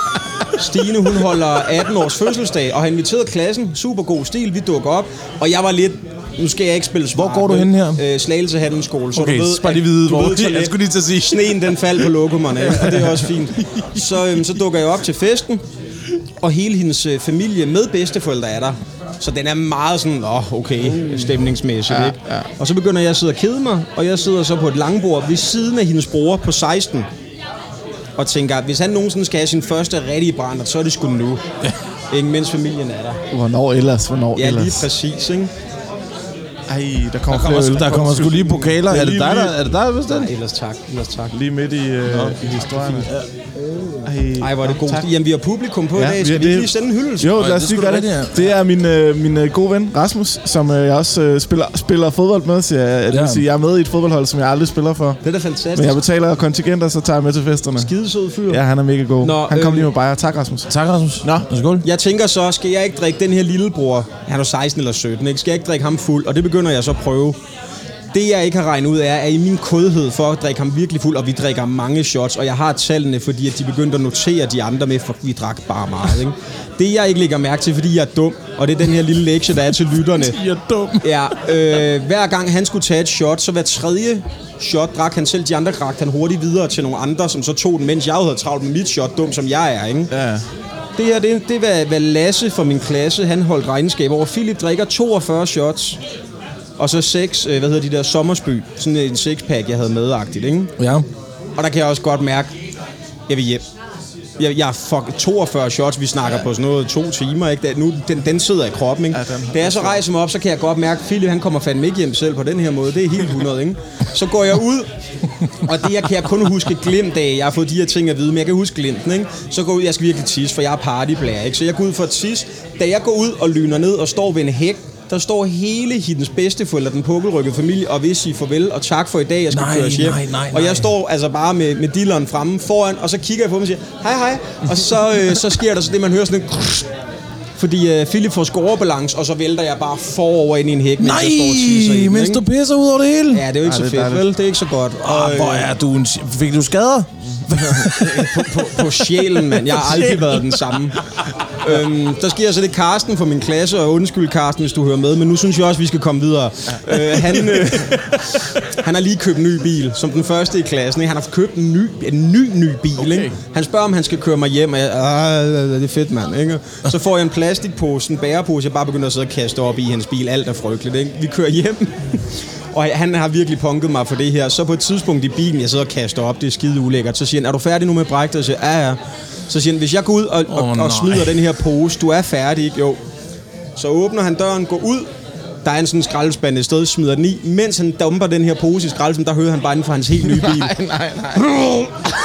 Stine, hun holder atten års fødselsdag, og har inviteret klassen. Super god stil, vi dukker op. Og jeg var lidt... Nu skal jeg ikke spille smart. Hvor går du hen her? Øh, Slagelse Handelsskole. Så okay, du ved, bare lige vide, hvor. Ved, jeg skulle lige til at sige. Sneen, den faldt på lokummerne, og det er også fint. Så, øh, så dukker jeg op til festen, og hele hendes øh, familie med bedsteforældre er der. Så den er meget sådan, åh, oh, okay, stemningsmæssigt, ja, ikke? Ja. Og så begynder jeg at sidde og kede mig, og jeg sidder så på et langbord ved siden af hendes bror på seksten, og tænker, at hvis han nogensinde skal have sin første rigtige brænder, så er det sgu nu. Ikke mens familien er der. Hvornår ellers? Hvornår ja, ellers? lige præcis, ikke? Ej, der kommer, der kommer, flere øl. Der kommer sgu lige pokaler. Er det dig, der er det dig, hvis Nej, ellers tak. Ellers tak. Lige midt i, øh, i historien. Ej, Ej, hvor er det god. Jamen, vi har publikum på ja, i dag. Skal vi det... lige sende en hyldelse? Jo, lad os lige gøre det. Det, det er min, øh, min øh, gode ven, Rasmus, som øh, jeg også øh, spiller, spiller fodbold med. Så jeg, ja. Det vil sige, jeg er med i et fodboldhold, som jeg aldrig spiller for. Det er da fantastisk. Men jeg betaler kontingenter, så tager jeg med til festerne. Skidesød fyr. Ja, han er mega god. Nå, han kom øh, lige med bajer. Tak, Rasmus. Tak, Rasmus. Nå, skål. Jeg tænker så, skal jeg ikke drikke den her lillebror? Han er seksten eller sytten, ikke? Skal jeg ikke drikke ham fuld? Og det begynder jeg så at prøve. Det, jeg ikke har regnet ud af, er i min kodhed for at drikke ham virkelig fuld, og vi drikker mange shots, og jeg har tallene, fordi at de begyndte at notere de andre med, for vi drak bare meget, ikke? Det, jeg ikke lægger mærke til, fordi jeg er dum, og det er den her lille lektie, der er til lytterne. Jeg er dum. Ja, øh, hver gang han skulle tage et shot, så hver tredje shot drak han selv, de andre drak han hurtigt videre til nogle andre, som så tog den, mens jeg havde travlt med mit shot, dum som jeg er, ikke? Ja. Det her, det, det var, hvad Lasse fra min klasse, han holdt regnskab over. Philip drikker toogfyrre shots. Og så seks, hvad hedder de der, Sommersby. Sådan en sixpack, jeg havde medagtigt, ikke? Ja. Og der kan jeg også godt mærke, jeg vil hjem. Jeg, jeg fuck toogfyrre shots, vi snakker ja. på sådan noget to timer, ikke? Nu, den, den sidder i kroppen, ikke? Ja, den, da jeg så rejser mig op, så kan jeg godt mærke, at Philip, han kommer fandme ikke hjem selv på den her måde. Det er helt hundrede, ikke? Så går jeg ud, og det jeg kan jeg kun huske glimt af. Jeg har fået de her ting at vide, men jeg kan huske glimten, ikke? Så går jeg ud, jeg skal virkelig tisse, for jeg er partyblære, ikke? Så jeg går ud for at tisse. Da jeg går ud og lyner ned og står ved en hæk, der står hele hendes bedsteforældre, den pukkelrykkede familie, og vil sige farvel og tak for i dag, jeg skal nej, køres hjem. Nej, nej, nej. Og jeg står altså bare med, med dilleren fremme foran, og så kigger jeg på dem og siger, hej hej, og så, øh, så sker der så det, man hører sådan en fordi øh, Philip får scorebalance, og så vælter jeg bare forover ind i en hæk, mens nej, jeg står og tisser i den, mens du pisser ud over det hele? Ja, det er jo ikke Ej, så fedt, vel? Det er ikke så godt. Og, øh, hvor er du en... Fik du skader? på, på, på sjælen, mand. Jeg har aldrig været den samme. Øhm, der sker så det Karsten fra min klasse, og undskyld Karsten, hvis du hører med, men nu synes jeg også, vi skal komme videre. Øh, han, øh, han har lige købt en ny bil, som den første i klassen. Ikke? Han har købt en ny, en ny, ny bil. Okay. Ikke? Han spørger, om han skal køre mig hjem, og jeg, det er fedt, mand. Ikke? Så får jeg en plastikpose, en bærepose, jeg bare begynder at sidde og kaste op i hans bil. Alt er frygteligt. Ikke? Vi kører hjem. Og han har virkelig punket mig for det her. Så på et tidspunkt i bilen, jeg sidder og kaster op, det er skide ulækkert. Så siger han, er du færdig nu med at brække dig? Så siger jeg, ja, ja. Så siger han, hvis jeg går ud og, og, oh, og smider den her pose, du er færdig, ikke? Jo. Så åbner han døren, går ud. Der er en sådan skraldespand et sted, smider den i. Mens han dumper den her pose i skraldespanden, der hører han bare inden for hans helt nye bil. nej, nej, nej.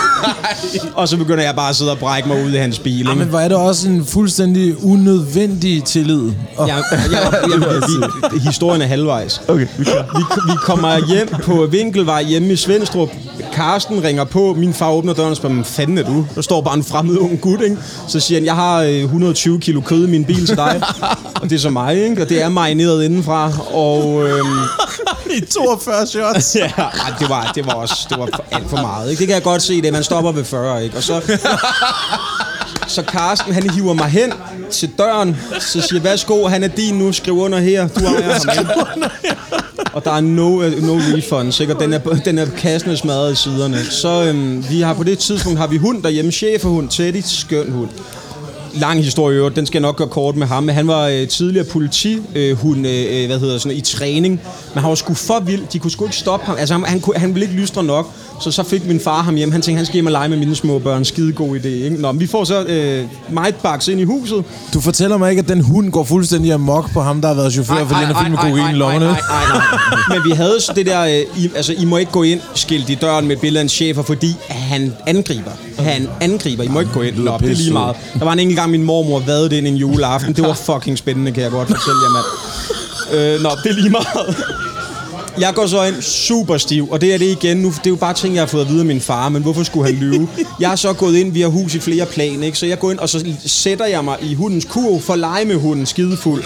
Og så begynder jeg bare at sidde og brække mig ud i hans bil. Ja, men hvor er det også en fuldstændig unødvendig tillid. Oh. Ja, ja, ja, vi, historien er halvvejs. Okay, vi, vi, vi kommer hjem på Vinkelvej hjemme i Svendstrup. Karsten ringer på, min far åbner døren og spørger, hvad fanden er du? Der står bare en fremmed ung gut, ikke? Så siger han, jeg har et hundrede og tyve kilo kød i min bil til dig. Og det er så mig, ikke? Og det er marineret indenfra. Og øhm, i toogfyrre shots. Ja, det var, det var også det var alt for meget, ikke? Det kan jeg godt se, det man stopper ved fyrre, ikke? Og så, så Karsten, han hiver mig hen til døren, så siger, værsgo, han er din nu, skriv under her, du ejer ham. Og der er no, no refunds, ikke? Og den er, den er kassen smadret i siderne. Så øhm, vi har på det tidspunkt har vi hund derhjemme, schæferhund, Teddy, skøn hund. Lang historie, jo. Den skal jeg nok gøre kort med ham, men han var øh, tidligere politihund, øh, hvad hedder sådan, i træning, men han var sgu for vild, de kunne sgu ikke stoppe ham, altså han, han, han ville ikke lystre nok, så så fik min far ham hjem, han tænkte, han skal hjem og lege med mine små børn, skide god idé, ikke? Nå, vi får så øh, Mightbugs ind i huset. Du fortæller mig ikke, at den hund går fuldstændig amok på ham, der har været chauffør ej, for den her film med kokain i lommerne. Nej, nej, nej. Men vi havde så det der, øh, I, altså I må ikke gå ind, skilt i døren med et billede af en chefer, fordi han angriber. Han angriber, I må ikke gå ind. Nå, det er lige meget. Der var en enkelt gang, min mormor vadede ind en juleaften. Det var fucking spændende, kan jeg godt fortælle jer, mand. Øh, nå, det er lige meget. Jeg går så ind super stiv, og det er det igen nu. Det er jo bare ting, jeg har fået at vide af min far, men hvorfor skulle han lyve? Jeg har så gået ind, vi har hus i flere plan, ikke? Så jeg går ind, og så sætter jeg mig i hundens kurv for at lege med hunden skidefuld.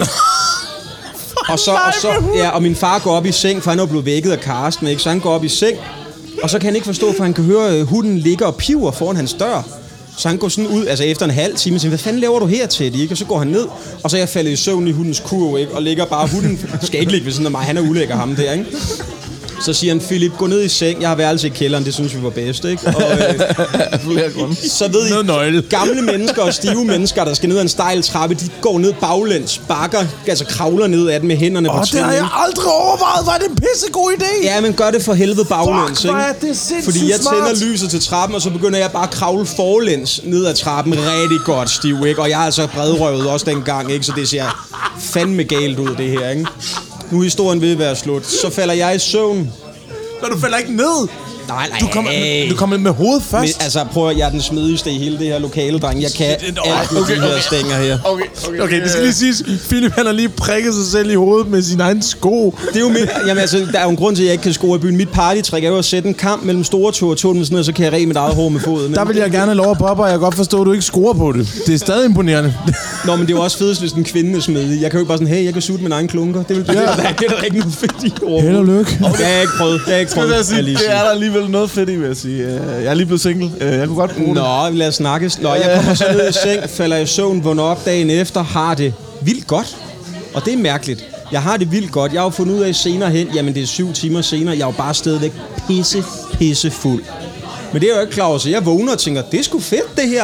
Og så, og så, ja, og min far går op i seng, for han er blevet vækket af Karsten, ikke? Så han går op i seng, og så kan han ikke forstå, for han kan høre, at hunden ligger og piver foran hans dør. Så han går sådan ud, altså efter en halv time, og siger, hvad fanden laver du her, Teddy? Ikke? Og så går han ned, og så er jeg faldet i søvn i hundens kurv, ikke? Og ligger bare, hunden skal ikke ligge ved sådan af mig, han er ulækker ham der, ikke? Så siger han, Philip, gå ned i seng, jeg har værelse i kælderen, det synes vi var bedst, ikke? Og øh, så ved I, gamle mennesker og stive mennesker, der skal ned ad en stejl trappe, de går ned baglæns, bakker, altså kravler ned ad den med hænderne oh, på trin. Det har jeg aldrig overvejet, var det en pissegod idé? Ja, men gør det for helvede baglæns, Fuck, ikke? det er fordi jeg smart. tænder lyset til trappen, og så begynder jeg bare at kravle forlæns ned ad trappen, rigtig godt stiv, ikke? Og jeg er altså bredrøvet også dengang, ikke? Så det ser fandme galt ud, det her, ikke? Nu er historien ved at være slut. Så falder jeg i søvn. Når du falder ikke ned. Nej, nej. Du kommer, du kommer med hovedet først. Men, altså, prøv at jeg er den smedigste i hele det her lokale, dreng. Jeg kan alt med okay, de her okay. stænger her. Okay, okay, okay, det skal lige siges. Philip, han har lige prikket sig selv i hovedet med sin egen sko. Det er jo mit, jamen, altså, der er jo en grund til, at jeg ikke kan score i byen. Mit partytrick er jo at sætte en kamp mellem store tog og tunnel, sådan, og så kan jeg ræge mit eget hår med foden. Der vil jeg gerne lov at poppe, og jeg kan godt forstå, at du ikke scorer på det. Det er stadig imponerende. Nå, men det er jo også fedest, hvis en kvinde er smedig. Jeg kan jo ikke bare sådan, hey, jeg kan sutte min egen klunker. Det, vil, det, ja. det, er, det er der ikke noget fedt i overhovedet. Held og lykke. Okay. Det har jeg ikke prøvet. Det, ikke prøvet. Sige, det er der alligevel noget fedt i, vil jeg sige. Jeg er lige blevet single. Jeg kunne godt bruge Nå, det. Nå, lad os snakkes. Nå, jeg kommer så ned i seng, falder i søvn, vågner op dagen efter, har det vildt godt. Og det er mærkeligt. Jeg har det vildt godt. Jeg har jo fundet ud af senere hen, jamen det er syv timer senere, jeg er jo bare stadigvæk pisse, pisse fuld. Men det er jo ikke klar over, så jeg vågner og tænker, det er sgu fedt det her.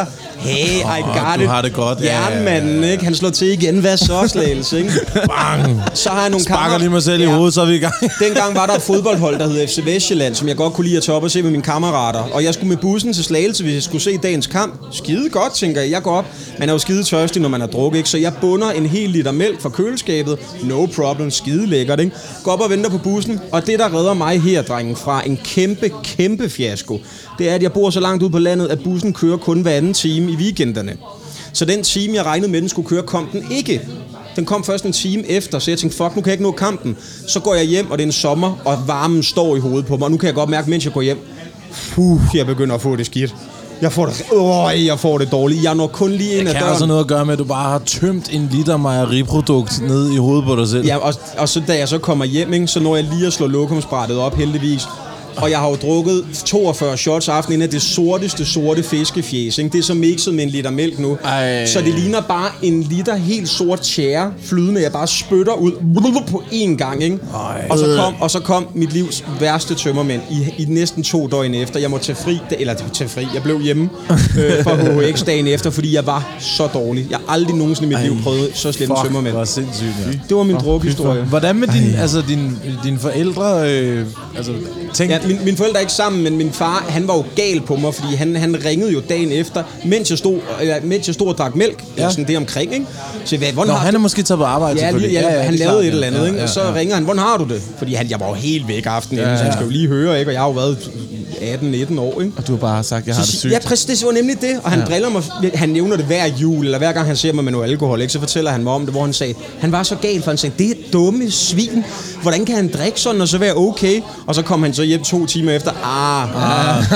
Hey, I got oh, it. Du har det godt. Jernmanden, ikke? Han slår til igen. Hvad så, Slagelse, ikke? Bang! Så har jeg nogle Sparker kammerater. lige mig selv i hovedet, så er vi i gang. Dengang var der et fodboldhold, der hed F C Vestjylland, som jeg godt kunne lide at tage op og se med mine kammerater. Og jeg skulle med bussen til Slagelse, hvis jeg skulle se dagens kamp. Skide godt, tænker jeg. Jeg går op. Man er jo skide tørstig, når man har drukket, ikke? Så jeg bunder en hel liter mælk fra køleskabet. No problem. Skide lækkert, ikke? Går op og venter på bussen. Og det, der redder mig her, drengen, fra en kæmpe, kæmpe fiasko, det er, at jeg bor så langt ude på landet, at bussen kører kun hver anden time i weekenderne. Så den time, jeg regnede med, den skulle køre, kom den ikke. Den kom først en time efter, så jeg tænkte, fuck, nu kan jeg ikke nå kampen. Så går jeg hjem, og det er en sommer, og varmen står i hovedet på mig. Og nu kan jeg godt mærke, mens jeg går hjem, puh, jeg begynder at få det skidt. Jeg får det, åh, jeg får det dårligt. Jeg når kun lige ind ad døren. Det kan altså noget at gøre med, at du bare har tømt en liter mejeriprodukt ned i hovedet på dig selv. Ja, og, og så da jeg så kommer hjem, ikke, så når jeg lige at slå lokumsbrættet op, heldigvis. Og jeg har jo drukket toogfyrre shots aftenen af det sorteste, sorte fiskefjæs. Ikke? Det er så mixet med en liter mælk nu. Ej. Så det ligner bare en liter helt sort tjære flydende, jeg bare spytter ud på én gang. Ikke? Og, så kom, og så kom mit livs værste tømmermænd i, i næsten to døgn efter. Jeg må tage fri, eller tage fri, jeg blev hjemme øh, fra H H X dagen efter, fordi jeg var så dårlig. Jeg har aldrig nogensinde i mit liv prøvet så slemme tømmermænd. Det var sindssygt, ja. Det var min drukhistorie. Hvordan med din, altså, din, dine forældre? Øh, altså, tænk... Ja, min, mine forældre er ikke sammen, men min far, han var jo gal på mig, fordi han, han ringede jo dagen efter, mens jeg stod, eller, mens jeg stod og drak mælk, ja. Sådan det omkring, ikke? Så hvad, Nå, han er måske taget på arbejde, ja, selvfølgelig. Ja, ja, han lavede klart, et eller andet, ja, ikke? ja, ja, Og så ja. ringer han, hvordan har du det? Fordi han, jeg var jo helt væk aftenen ja, inden, så han ja. skal jo lige høre, ikke? Og jeg har jo været atten nitten år, ikke? Og du har bare sagt, jeg har så, det sygt. Ja, præcis, det var nemlig det. Og han ja. driller mig, han nævner det hver jul, eller hver gang han ser mig med noget alkohol, ikke? Så fortæller han mig om det, hvor han sagde, han var så gal, for han sagde, det er dumme svin. Hvordan kan han drikke sådan, og så være okay? Og så kom han så hjem to timer efter, ah, ah,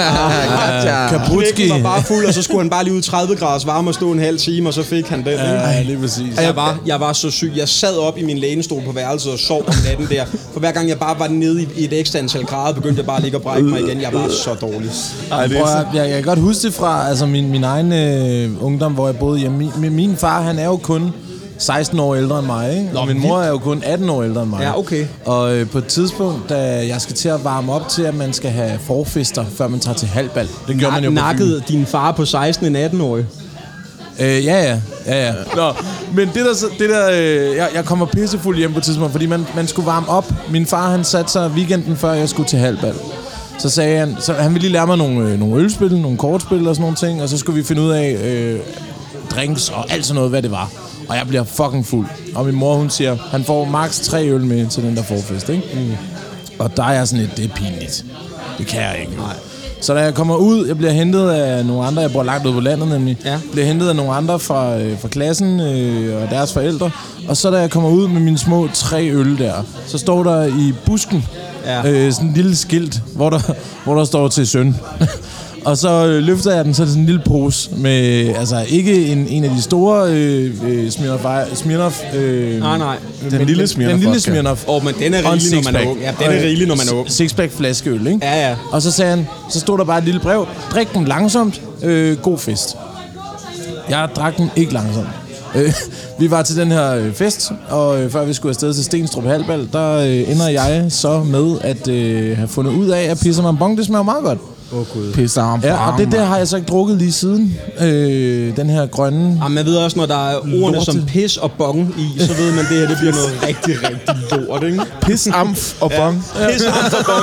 ah, Kaputski. var bare fuld, og så skulle han bare lige ud tredive graders varme og stå en halv time, og så fik han den. Ikke? Ja, lige præcis. Og jeg var, jeg var så syg. Jeg sad op i min lænestol på værelset og sov om natten der. For hver gang jeg bare var nede i et ekstra antal grader, begyndte jeg bare at ligge og brække mig igen. Jeg var så dårlig. Ej, det Prøv, jeg, jeg kan godt huske det fra altså min, min egen øh, ungdom, hvor jeg boede hjemme. Min, min far, han er jo kun seksten år ældre end mig, ikke? Nå, og min mor er jo kun atten år ældre end mig. Ja, okay. Og øh, på et tidspunkt, da jeg skal til at varme op til, at man skal have forfester, før man tager til halvbal. Det gør man jo på Nakkede din far på seksten en atten-årig? Øh, ja, ja, ja, ja. Nå, men det der, så- det der øh, jeg, jeg kommer pissefuld hjem på et tidspunkt, fordi man, man skulle varme op. Min far, han satte sig weekenden før jeg skulle til halvbal. Så sagde han, så han ville lige lære mig nogle, øh, nogle ølspil, nogle kortspil og sådan nogle ting, og så skulle vi finde ud af øh, drinks og alt sådan noget, hvad det var. Og jeg bliver fucking fuld. Og min mor, hun siger, han får maks tre øl med til den der forfest, ikke? Mm. Og der er jeg sådan lidt, det er pinligt. Det kan jeg ikke. Nej. Så da jeg kommer ud, jeg bliver hentet af nogle andre, jeg bor langt ude på landet nemlig, Ja. bliver hentet af nogle andre fra, øh, fra klassen øh, og deres forældre. Og så da jeg kommer ud med mine små tre øl der, så står der i busken Ja. øh, sådan en lille skilt, hvor der, hvor der står til søn. Og så øh, løfter jeg den, så er det sådan en lille pose med, altså ikke en, en af de store øh, øh, Smirnoff, Smirnoff øh, Nej, nej. Den lille Smirnoff Den lille vodka. Smirnoff. Åh, oh, men den er Og en rigelig, når man er sixpack. ung. Ja, den er rigelig, når man er ung. Sixpack flaskeøl, ikke? Ja, ja. Og så sagde han, så stod der bare et lille brev. Drik den langsomt. Øh, god fest. Jeg drak den ikke langsomt. Øh, vi var til den her øh, fest, og øh, før vi skulle afsted til Stenstrup Halbal, der øh, ender jeg så med at øh, have fundet ud af, at Pisser Mambon, det smager meget godt. Åh, oh, Gud. Pisser om Ja, og det der har jeg så ikke drukket lige siden. Øh, den her grønne... Jamen, man ved også, når der er ordene Lorte. som pis og bong i, så ved man, det her det bliver noget rigtig, rigtig lort, ikke? Pis, amf og bong. Pis og bong.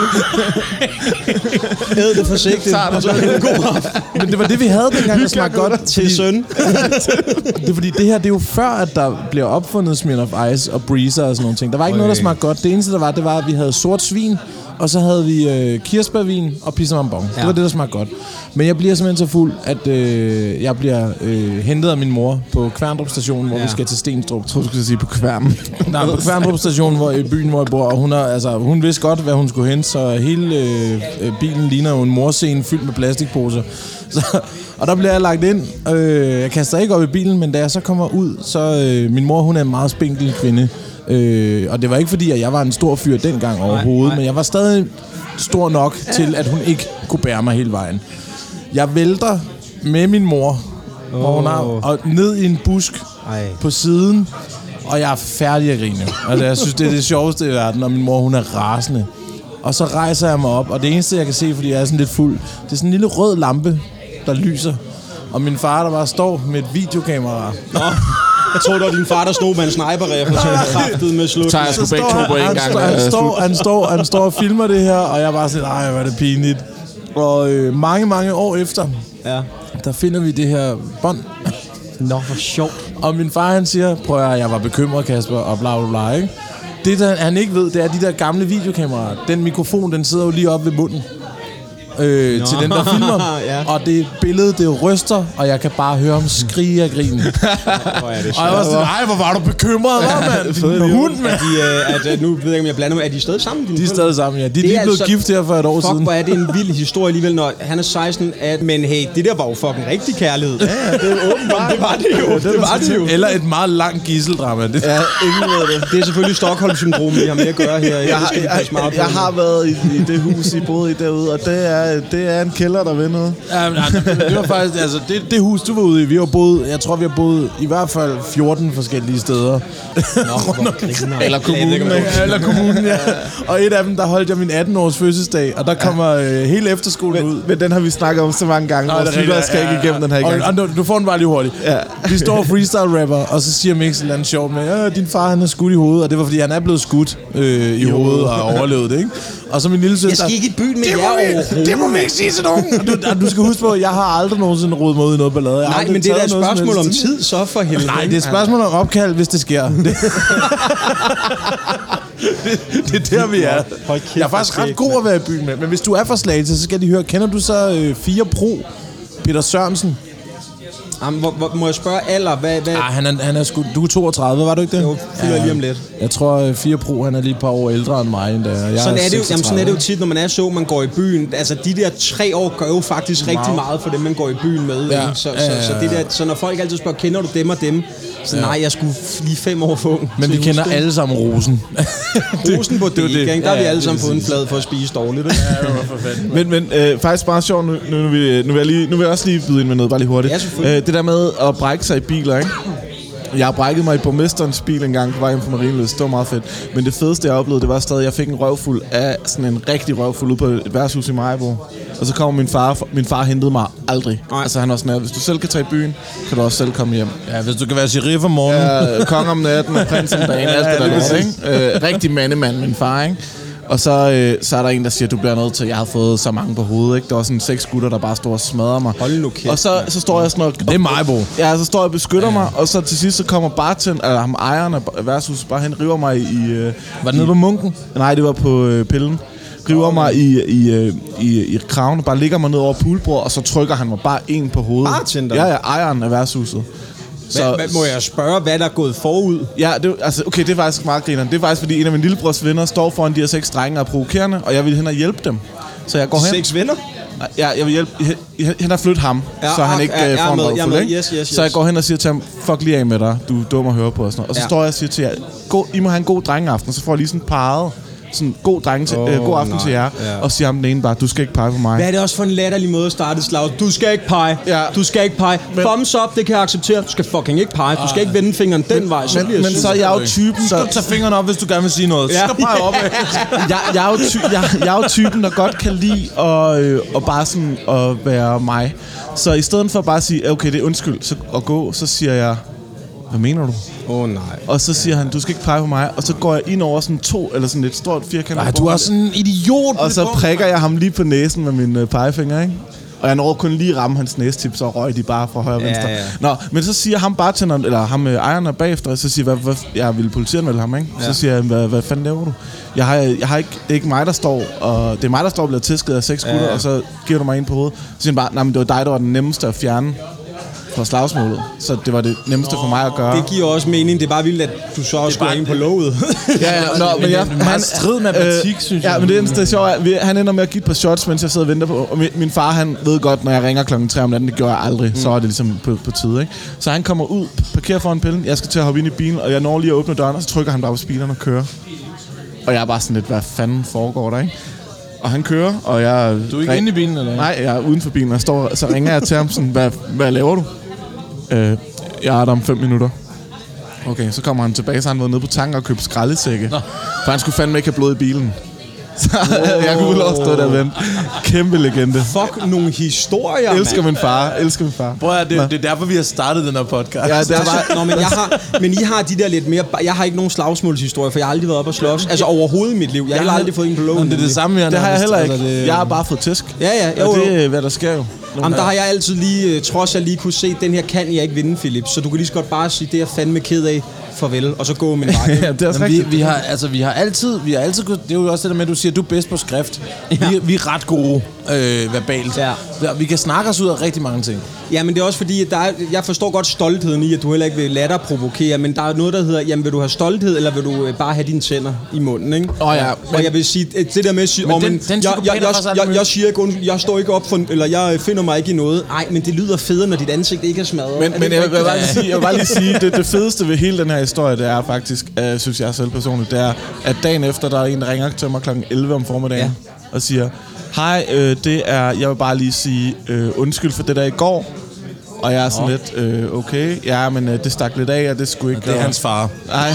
Æd det forsigtigt, og så er det en god aften Men det var det, vi havde dengang, der smagte godt. til søn. Det er fordi, det her, det er jo før, at der bliver opfundet Smirnoff Ice og Breezer og sådan nogle ting. Der var ikke noget, der smagte godt. Det eneste, der var, det var, at vi havde sort svin, og så havde vi øh, kirsebærvin og Pisser Mambon. Ja. Det var det, der smagte godt. Men jeg bliver simpelthen så fuld, at øh, jeg bliver øh, hentet af min mor på Kværndrup station, hvor Ja. vi skal til Stenstrup. Jeg tror, du skulle sige på kværmen. Nej, på Kværndrup station, hvor i byen, hvor jeg bor. Og hun, er, altså, hun vidste godt, hvad hun skulle hente, så hele øh, øh, bilen ligner jo en morscene fyldt med plastikposer. Så, og der bliver jeg lagt ind. Øh, jeg kaster ikke op i bilen, men da jeg så kommer ud, så øh, min mor, hun er en meget spinkel kvinde. Øh, og det var ikke fordi, at jeg var en stor fyr dengang overhovedet, nej. Men jeg var stadig stor nok ja. til, at hun ikke kunne bære mig hele vejen. Jeg vælter med min mor, oh. hvor hun er, og ned i en busk Ej. på siden, og jeg er færdig at grine. Altså, jeg synes, det er det sjoveste i verden, og min mor, hun er rasende. Og så rejser jeg mig op, og det eneste, jeg kan se, fordi jeg er sådan lidt fuld, det er sådan en lille rød lampe, der lyser. Og min far, der bare står med et videokamera. Nå, jeg tror, det var din far, der stod med en sniper-rifle, så kraftet med slut. Tager jeg sgu begge to på en gang. Han, han, står, han, står, han står og filmer det her, og jeg er bare sådan, ej, hvor er det pinligt. Og øh, mange, mange år efter, ja. der finder vi det her bånd. Nå, hvor sjovt. Og min far, han siger, prøv at jeg var bekymret, Kasper, og bla bla bla, ikke? Det, der han ikke ved, det er de der gamle videokameraer. Den mikrofon, den sidder jo lige oppe ved munden. Øh, til den, der filmer. Ja. Og det billede, det ryster, og jeg kan bare høre ham skrige af grinen. Hvor er det og jeg var sådan, ej, hvor var du bekymret, hva', mand? Din hund, mand. Er de, uh, at, nu ved jeg ikke, om jeg blander med, er de stadig sammen? De er stadig sammen, ja. De er lige blevet altså, gift her for et år fuck, siden. Fuck, hvor er det en vild historie alligevel, når han er seksten, at, men hey, det der var jo fucking rigtig kærlighed. Ja, ja, det er åbenbart. Det var det jo. Det, det var det jo. Eller et meget langt gisseldrama. Det. Ja, ingen ved det. Det er selvfølgelig Stockholm-syndrom, vi har med at gøre her. Jeg, jeg, jeg, jeg, jeg har været i, i det hus, I boede i derude, og det er, det er en kælder, der ved noget. Ja, men, det var faktisk, altså, det, det hus, du var ude i, vi har boet, jeg tror, vi har boet i hvert fald fjorten forskellige steder. Nå, eller kommunen, ja, eller kommunen, ja. Og et af dem, der holdt jeg min atten-års fødselsdag, og der kommer øh, hele efterskolen ud. Men den har vi snakket om så mange gange, og jeg skal ikke igennem den her gang. Og, og, du får den bare lige hurtigt. Ja. Vi står freestyle-rapper, og så siger Mix et eller andet sjovt med, ja, din far, han er skudt i hovedet, og det var, fordi han er blevet skudt øh, i jo. hovedet og overlevet det, ikke? Og så min lille søster... Jeg skal ikke i byen med jer overhovedet. Det må vi ikke sige til nogen. Og du, og du skal huske på, at jeg har aldrig nogensinde rodet mig ud i noget ballade. Jeg Nej, men det er da et spørgsmål om tid, så for helvede. Nej, det er et spørgsmål om opkald, hvis det sker. Det, det, det er der, vi er. Jeg er faktisk ret god at være i byen med. Men hvis du er fra Slagelse, så skal de høre, kender du så øh, fire Pro? Peter Sørensen. Jamen, hvor, hvor, må jeg spørge alder? Hvad, hvad? Ah, han er, han er sgu, du er toogtredive, var du ikke det? Jo, fylder ja, lige om lidt. Jeg tror, fire Pro, han er lige et par år ældre end mig. End jeg sådan, er er det jo, jamen, sådan er det jo tit, når man er så, man går i byen. Altså, de der tre år gør jo faktisk wow. rigtig meget for dem, man går i byen med. Ja. Så, ja, ja, ja. Så, så, det der, så når folk altid spørger, kender du dem og dem? Så ja. nej, jeg skulle lige fem år få. Men vi kender alle sammen Rosen. Rosen på det, det, det. Der ja, har vi alle sammen fået en flad for at spise dårligt. Ikke? Ja, det var for fanden. Men, men øh, faktisk bare sjovt, nu, nu, nu, vil, nu, vil jeg lige, nu vil jeg også lige byde ind med noget, bare lige hurtigt. Ja, selvfølgelig. Øh, det der med at brække sig i biler, ikke? Jeg har brækket mig i borgmesterens bil en gang på vej hjem fra Marienlyst. Det var meget fedt. Men det fedeste, jeg oplevede, det var stadig, at jeg fik en røvfuld af sådan en rigtig røvfuld ud på et værtshus i Maribo. Og så kommer min far. Min far hentede mig aldrig. Nej. Altså han var sådan, at hvis du selv kan tage i byen, kan du også selv komme hjem. Ja, hvis du kan være sheriff om morgenen. Ja, kong om natten og prins om dagen. Alt det der lort, ikke? Øh, rigtig mandemand, min far, ikke? Og så, øh, så er der en, der siger, at du bliver nødt til, jeg har fået så mange på hovedet, ikke? Der var sådan seks gutter, der bare står og smadrer mig. Hold nu kæft. Og så, så står jeg sådan og... Det er Majbo. Ja, så står jeg og beskytter ja. mig, og så til sidst så kommer bartend, eller ham ejeren af værtshuset, bare han river mig i... Øh, var det nede på Munken? Nej, det var på øh, Pillen. River mig i, i, i, i kraven, bare ligger mig ned over poolbordet, og så trykker han mig bare en på hovedet. Bartender? Ja, ja, ejeren af værtshuset. Så, hvad, må jeg spørge, hvad der er gået forud? Ja, det, altså, okay, det er faktisk meget grineren. Det er faktisk, fordi en af mine lillebrors venner står foran de her seks drenge og er provokerende, og jeg vil hen og hjælpe dem. Så jeg går hen. Seks venner? Ja, jeg vil hjælpe hen og flytte ham, ja, så han ikke ja, uh, får en røvfuld, ikke? Yes, yes, yes. Så jeg går hen og siger til ham, fuck lige af med dig, du er dum at høre på og sådan noget. Og så ja. står jeg og siger til jer, gå, I må have en god drengeaften, og så får jeg lige sådan parret. Sådan, god, drenge til, oh, øh, god aften nej. til jer. Ja. Og siger ham den ene bare, du skal ikke pege på mig. Hvad er det også for en latterlig måde at starte et slag? Du skal ikke pege. Ja. Du skal ikke pege. Men, thumbs up, det kan jeg acceptere. Du skal fucking ikke pege. Du skal ikke vende fingeren den men, vej. Så men, men så er jeg jo typen, der... Du skal tage fingeren op, hvis du gerne vil sige noget. Du ja. skal pege op. jeg, jeg, er jo ty, jeg, jeg er jo typen, der godt kan lide at, øh, og bare sådan at være mig. Så i stedet for bare at sige, okay, det er undskyld, så, at gå, så siger jeg, hvad mener du? Åh oh, nej. Og så siger han, du skal ikke pege på mig. Og så går jeg ind over sådan to, eller sådan et stort firkant. Nej, du er sådan en idiot. Og så prikker jeg ham lige på næsen med min øh, pegefinger, ikke? Og jeg når kun lige ramme hans næstip, så røg de bare fra højre og venstre. Ja, ja. Nå, men så siger ham bartenderen, eller ham øh, ejeren bagefter, og så siger jeg, hvad, hvad, jeg ville politianmelde ham, ikke? Ja. Så siger jeg, hvad, hvad fanden laver du? Jeg har, jeg har ikke, det er ikke mig, der står, og det er mig, der står og bliver tæsket af seks gutter, ja, ja. Og så giver du mig en på hovedet. Så siger han bare, nej, men det var dig, der var den nemmeste at fjerne fra slagsmålet. Så det var det nemmeste oh, for mig at gøre. Det giver også mening. Det er bare vildt, at du så også går ind på låget. ja, ja, nå, men jeg, han strid matematik, øh, synes jeg. Ja, men det eneste er sjovt, at han ender med at give et par shots, mens jeg sidder og venter på. Og min, min far, han ved godt, når jeg ringer klokken tre om natten, det gør jeg aldrig. Mm. Så er det ligesom på, på tide, ikke? Så han kommer ud, parkerer foran Pillen. Jeg skal til at hoppe ind i bilen, og jeg når lige at åbne døren, og så trykker han bare på speederen og kører. Og jeg er bare sådan lidt, hvad fanden foregår der, ikke? Og han kører, og jeg... Du er ikke inde i bilen, eller? Nej, jeg er uden for bilen, og står, så ringer jeg til ham sådan, hvad, hvad laver du? Øh, jeg er der om fem minutter. Okay, så kommer han tilbage, så han var nede på tanken og købte skraldesække. Nå. For han skulle fandme ikke have blod i bilen. Så jeg kunne lov at stå der, ven. Kæmpe legende. Fuck nogle historier, Elsker mand. min far, elsker min far. Prøv at, det, det er derfor, vi har startet den her podcast. Ja, det er bare... Nå, men, jeg har, men I har de der lidt mere... Jeg har ikke nogen slagsmålshistorier, for jeg har aldrig været op og slås. Altså overhovedet i mit liv. Jeg har har- aldrig fået en på lågen. Det er det samme, jeg Det har jeg heller ikke. Altså, det- Jeg har bare fået tæsk. Ja, ja. Jo, Og det jo. er, hvad der sker jo. Jamen, der har jeg altid lige, trods alt lige kunne se, den her kan jeg ikke vinde, Philip. Så du kan lige så godt bare sige, det er jeg fandme ked af. Farvel, og så gå min vej. Ja, det er også Jamen, vi, rigtigt. vi, har, altså, vi har altid, vi har altid, det er jo også det der med, at du siger, at du er bedst på skrift. Ja. Vi, vi er ret gode øh, verbalt. Ja. Ja, vi kan snakke os ud af rigtig mange ting. Ja, men det er også fordi, at der er, jeg forstår godt stoltheden i, at du heller ikke vil lade dig provokere, men der er noget, der hedder, jamen vil du have stolthed, eller vil du øh, bare have dine tænder i munden, ikke? Åh oh, ja, Og men, jeg vil sige, at det der med at sige, Men åh, den- men den jeg, psykopat jeg, er jeg, faktisk aldrig jeg, med. jeg siger ikke, undskyld, jeg står ikke op for, eller jeg finder mig ikke i noget. Nej, men det lyder federe, når dit ansigt ikke er smadret. men, Er men det jeg, ikke vil bare rigtigt? lige sige, jeg vil bare lige sige, det, det fedeste ved hele den her historie, det er faktisk, øh, synes jeg selv personligt, det er, at dagen efter, der er en, der ringer til mig klokken elleve om formiddagen, ja. og siger, hej, øh, det er, jeg vil bare lige sige øh, undskyld for det der i går. Og jeg er sådan oh. lidt, øh, okay, ja, men øh, det stak lidt af, og det skulle ikke... Det er hans far. Nej.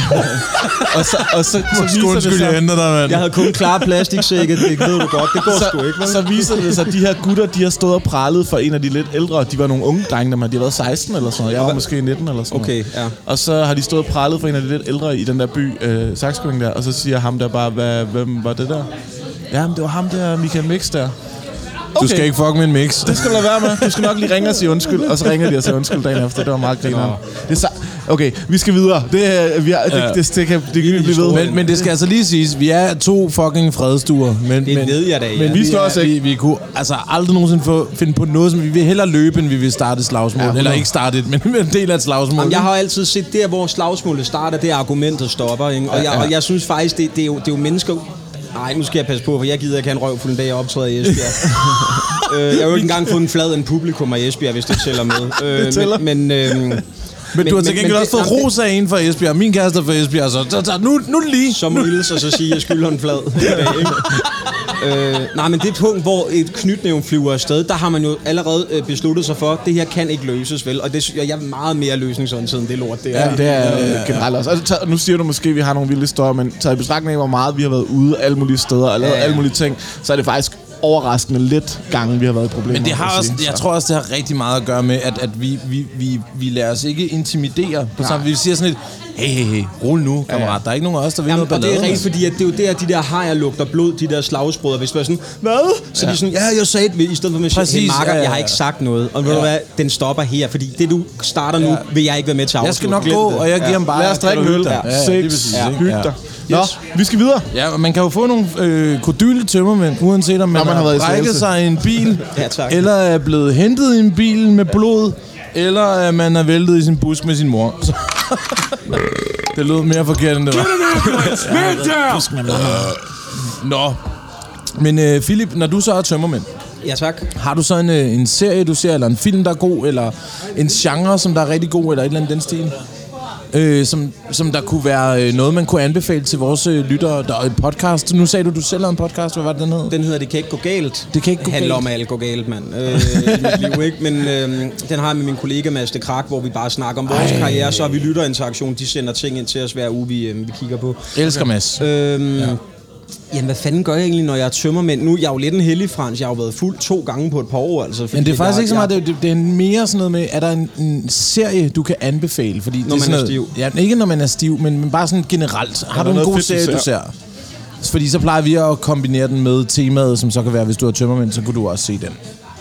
og så, og så, så viser det Undskyld, jeg sig... henter dig, mand. Jeg havde kun klare plastiksække, det ved du godt. Det går Så, sgu ikke, vel? så viser det sig, at de her gutter, de har stået og prallet for en af de lidt ældre. De var nogle unge drenge, der de har været seksten eller sådan noget. Jeg var måske nitten eller sådan Okay, noget. ja. Og så har de stået og prallet for en af de lidt ældre i den der by, øh, Saxkøbing der. Og så siger ham der bare, Hvad, hvem var det der? Jamen, det var ham der, Michael Mix der. Du skal ikke fuck med en mix. Det skal du lade være med. Du skal nok lige ringe og sige undskyld. Og så ringer de og siger undskyld dagen efter. Det var meget grineren. Det er så... Okay, vi skal videre. Det, er, vi er, det, det, det, det kan det kan vi blive ved. Men, men det skal altså lige siges, vi er to fucking fredstuer. Men, Det men, ved jeg da, ja. Men Vi vi, står er, også ikke- vi, vi kunne altså aldrig nogensinde få, finde på noget, som vi vil hellere løbe, end vi vil starte et slagsmål. Ja, Ja, eller ikke starte et, men en del af et slagsmål. Jamen, jeg har altid set, der hvor slagsmålet starter, det er argumentet stopper, ikke? Og, jeg, og jeg synes faktisk, det, det, er, jo, det er jo mennesker... Nej, nu skal jeg passe på, for jeg gider ikke have en røv for den dag, jeg optræder i Esbjerg. øh, jeg har jo ikke engang fået en flad en publikum af Esbjerg, hvis det tæller med. Øh, Det tæller. Men, men, øh, men, Men du har til gengæld men også det- fået ros af en fra Esbjerg. Min kæreste er fra Esbjerg, så, så, så nu, nu er det lige. Så må Ilse og så sige, at jeg skylder en flad i dag, ikke? øh, nej, men det punkt, hvor et knytnævn flyver afsted, der har man jo allerede øh, besluttet sig for, at det her kan ikke løses, vel? Og det, sy- jeg er meget mere løsningsorienteret end det lort, det er. Ja, det er øh, generelt også. Altså, taget- nu siger du måske, at vi har nogle vilde historier, men taget i betragtning af, hvor meget vi har været ude alle mulige steder og lavet Ja, ja. alle mulige ting, så er det faktisk overraskende lidt gange, vi har været i problemer. Men det har vil også, sige. jeg Så- tror også, det har rigtig meget at gøre med, at, at vi, vi, vi, vi lader os ikke intimidere. På samme, vi siger sådan lidt, hey, hey, hey, rul nu, kammerat. Ja, ja. Der er ikke nogen af os, der vil Jamen, noget og det ballade. er rigtigt, fordi at det er jo der, de der hajer lugter blod, de der slagsbrødre, hvis du er sådan, hvad? Så ja. de er sådan, ja, jeg sagde det, i stedet for at sige, Præcis, hey, Marker, ja, ja, jeg har ja. ikke sagt noget. Og ved du hvad, den stopper her, fordi det, du starter nu, Ja. vil jeg ikke være med til at Jeg skal afslutte. nok Glem gå, det. og jeg giver ham bare... Lad os drikke en Kan du øl. hygge dig? Ja, Ja, ja, lige Sex. præcis, Ja, ikke? hyg Ja. dig. Nå, vi skal videre. Ja, og man kan jo få nogle øh, kodyle tømmermænd, uanset om man, Når man har været i brækket Slagelse. sig i en bil, Ja, tak. eller er blevet hentet i en bil med blod, eller at man er væltet i sin busk med sin mor. Så det lød mere forkert, end det var. Nå. Men øh, Philip, når du så er tømmermænd, Ja, tak. har du så en, øh, en serie, du ser, eller en film, der er god, eller en genre, som der er rigtig god, eller et eller andet den stil? Øh, som, som der kunne være øh, noget, man kunne anbefale til vores øh, lyttere. Der er et podcast. Nu sagde du, du selv har en podcast. Hvad var det, den hed? Den hedder Det kan ikke gå galt. Det kan ikke gå handler galt. om, at alt går galt, mand. Øh, i mit liv, ikke? Men øh, den har jeg med min kollega Mads de Krak, hvor vi bare snakker om vores Ej. karriere. Så har vi lytterinteraktion. De sender ting ind til os hver uge, vi, øh, vi kigger på. Elsker Mads. Øhm, ja. Jamen, hvad fanden gør jeg egentlig, når jeg er tømmermænd? Nu jeg er jeg jo lidt en hellig Frans. Jeg har jo været fuld to gange på et par år, altså. Men det er faktisk jeg, ikke så meget, det, det, det er mere sådan noget med, er der en, en serie, du kan anbefale? Fordi Når det man er sådan stiv. noget, ja, ikke når man er stiv, men, men bare sådan generelt. Har der du en noget god fedt, du serie, du ser? Fordi så plejer vi at kombinere den med temaet, som så kan være, hvis du har tømmermænd, så kunne du også se den.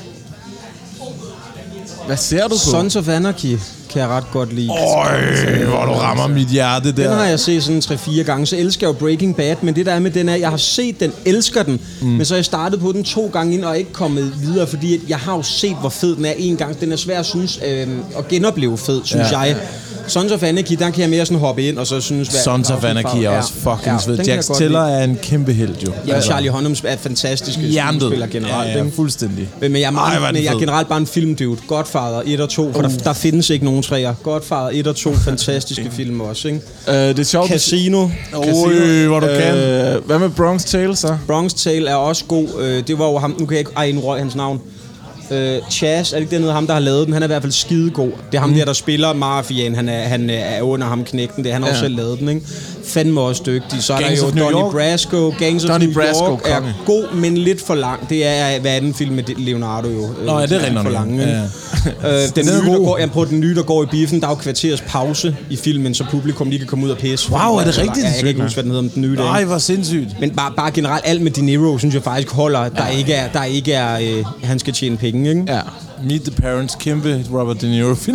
Hvad ser du på? Sons of Anarchy kan jeg ret godt lide. Øj, hvor du rammer mit hjerte der. Den har jeg set sådan tre-fire gange. Så elsker jeg jo Breaking Bad, men det der er med den er, jeg har set den, elsker den, mm. men så er jeg startet på den to gange ind og ikke kommet videre, fordi at jeg har jo set, hvor fed den er en gang. Den er svær at synes, øh, at genopleve fed, synes Ja. jeg. Sons of Anarchy, der kan jeg mere sådan hoppe ind og så synes... hvad- Sons of Anarchy er Ja. også fucking Ja, sved. den kan Jax jeg godt Teller lide. er en kæmpe held, jo. Ja, Charlie Hunnam er fantastiske Jerndød. skuespiller generelt. Ja, ja, ikke? fuldstændig. Men jeg er, Ej, meget, hvor er den men jeg er fed. generelt bare en filmdude. Godfather et og to, for uh. der, der findes ikke nogen træer. Godfather et og to, fantastiske film også, ikke? Øh, det er sjovt. Casino. Øj, hvor du kan. Øh, hvad med Bronx Tale så? Bronx Tale er også god. Øh, det var jo ham, nu kan jeg ikke, ej, nu røg hans navn. Øh, Chaz, er det ikke dernede ham, der har lavet den? Han er i hvert fald skidegod. Det er ham mm. der, der spiller mafiaen. Han er, han er under ham knægten. Det han har Ja. også selv lavet den, ikke? fandme også dygtig. Så er Gangs der of jo New Donnie York. Brasco. Gangs of Donnie New Brasco, York er konge. god, men lidt for lang. Det er, hvad er den film med Leonardo jo? Nå, ja, det er lidt for rigtig lang, nok. ikke? Ja. Øh, den, Den er nye, der god. går, ja, på den nye, der går i biffen, der er jo kvarters pause i filmen, så publikum lige kan komme ud og pisse. Wow, er det Så- rigtigt? Ja, jeg kan ikke huske, hvad den hedder om den nye. der, Nej, ikke? hvor sindssygt. Men bare, bare generelt alt med De Niro, synes jeg faktisk holder. Der ikke er, der ikke er øh, han skal tjene penge, ikke? Ja. Meet the Parents, kæmpe Robert De Niro-film.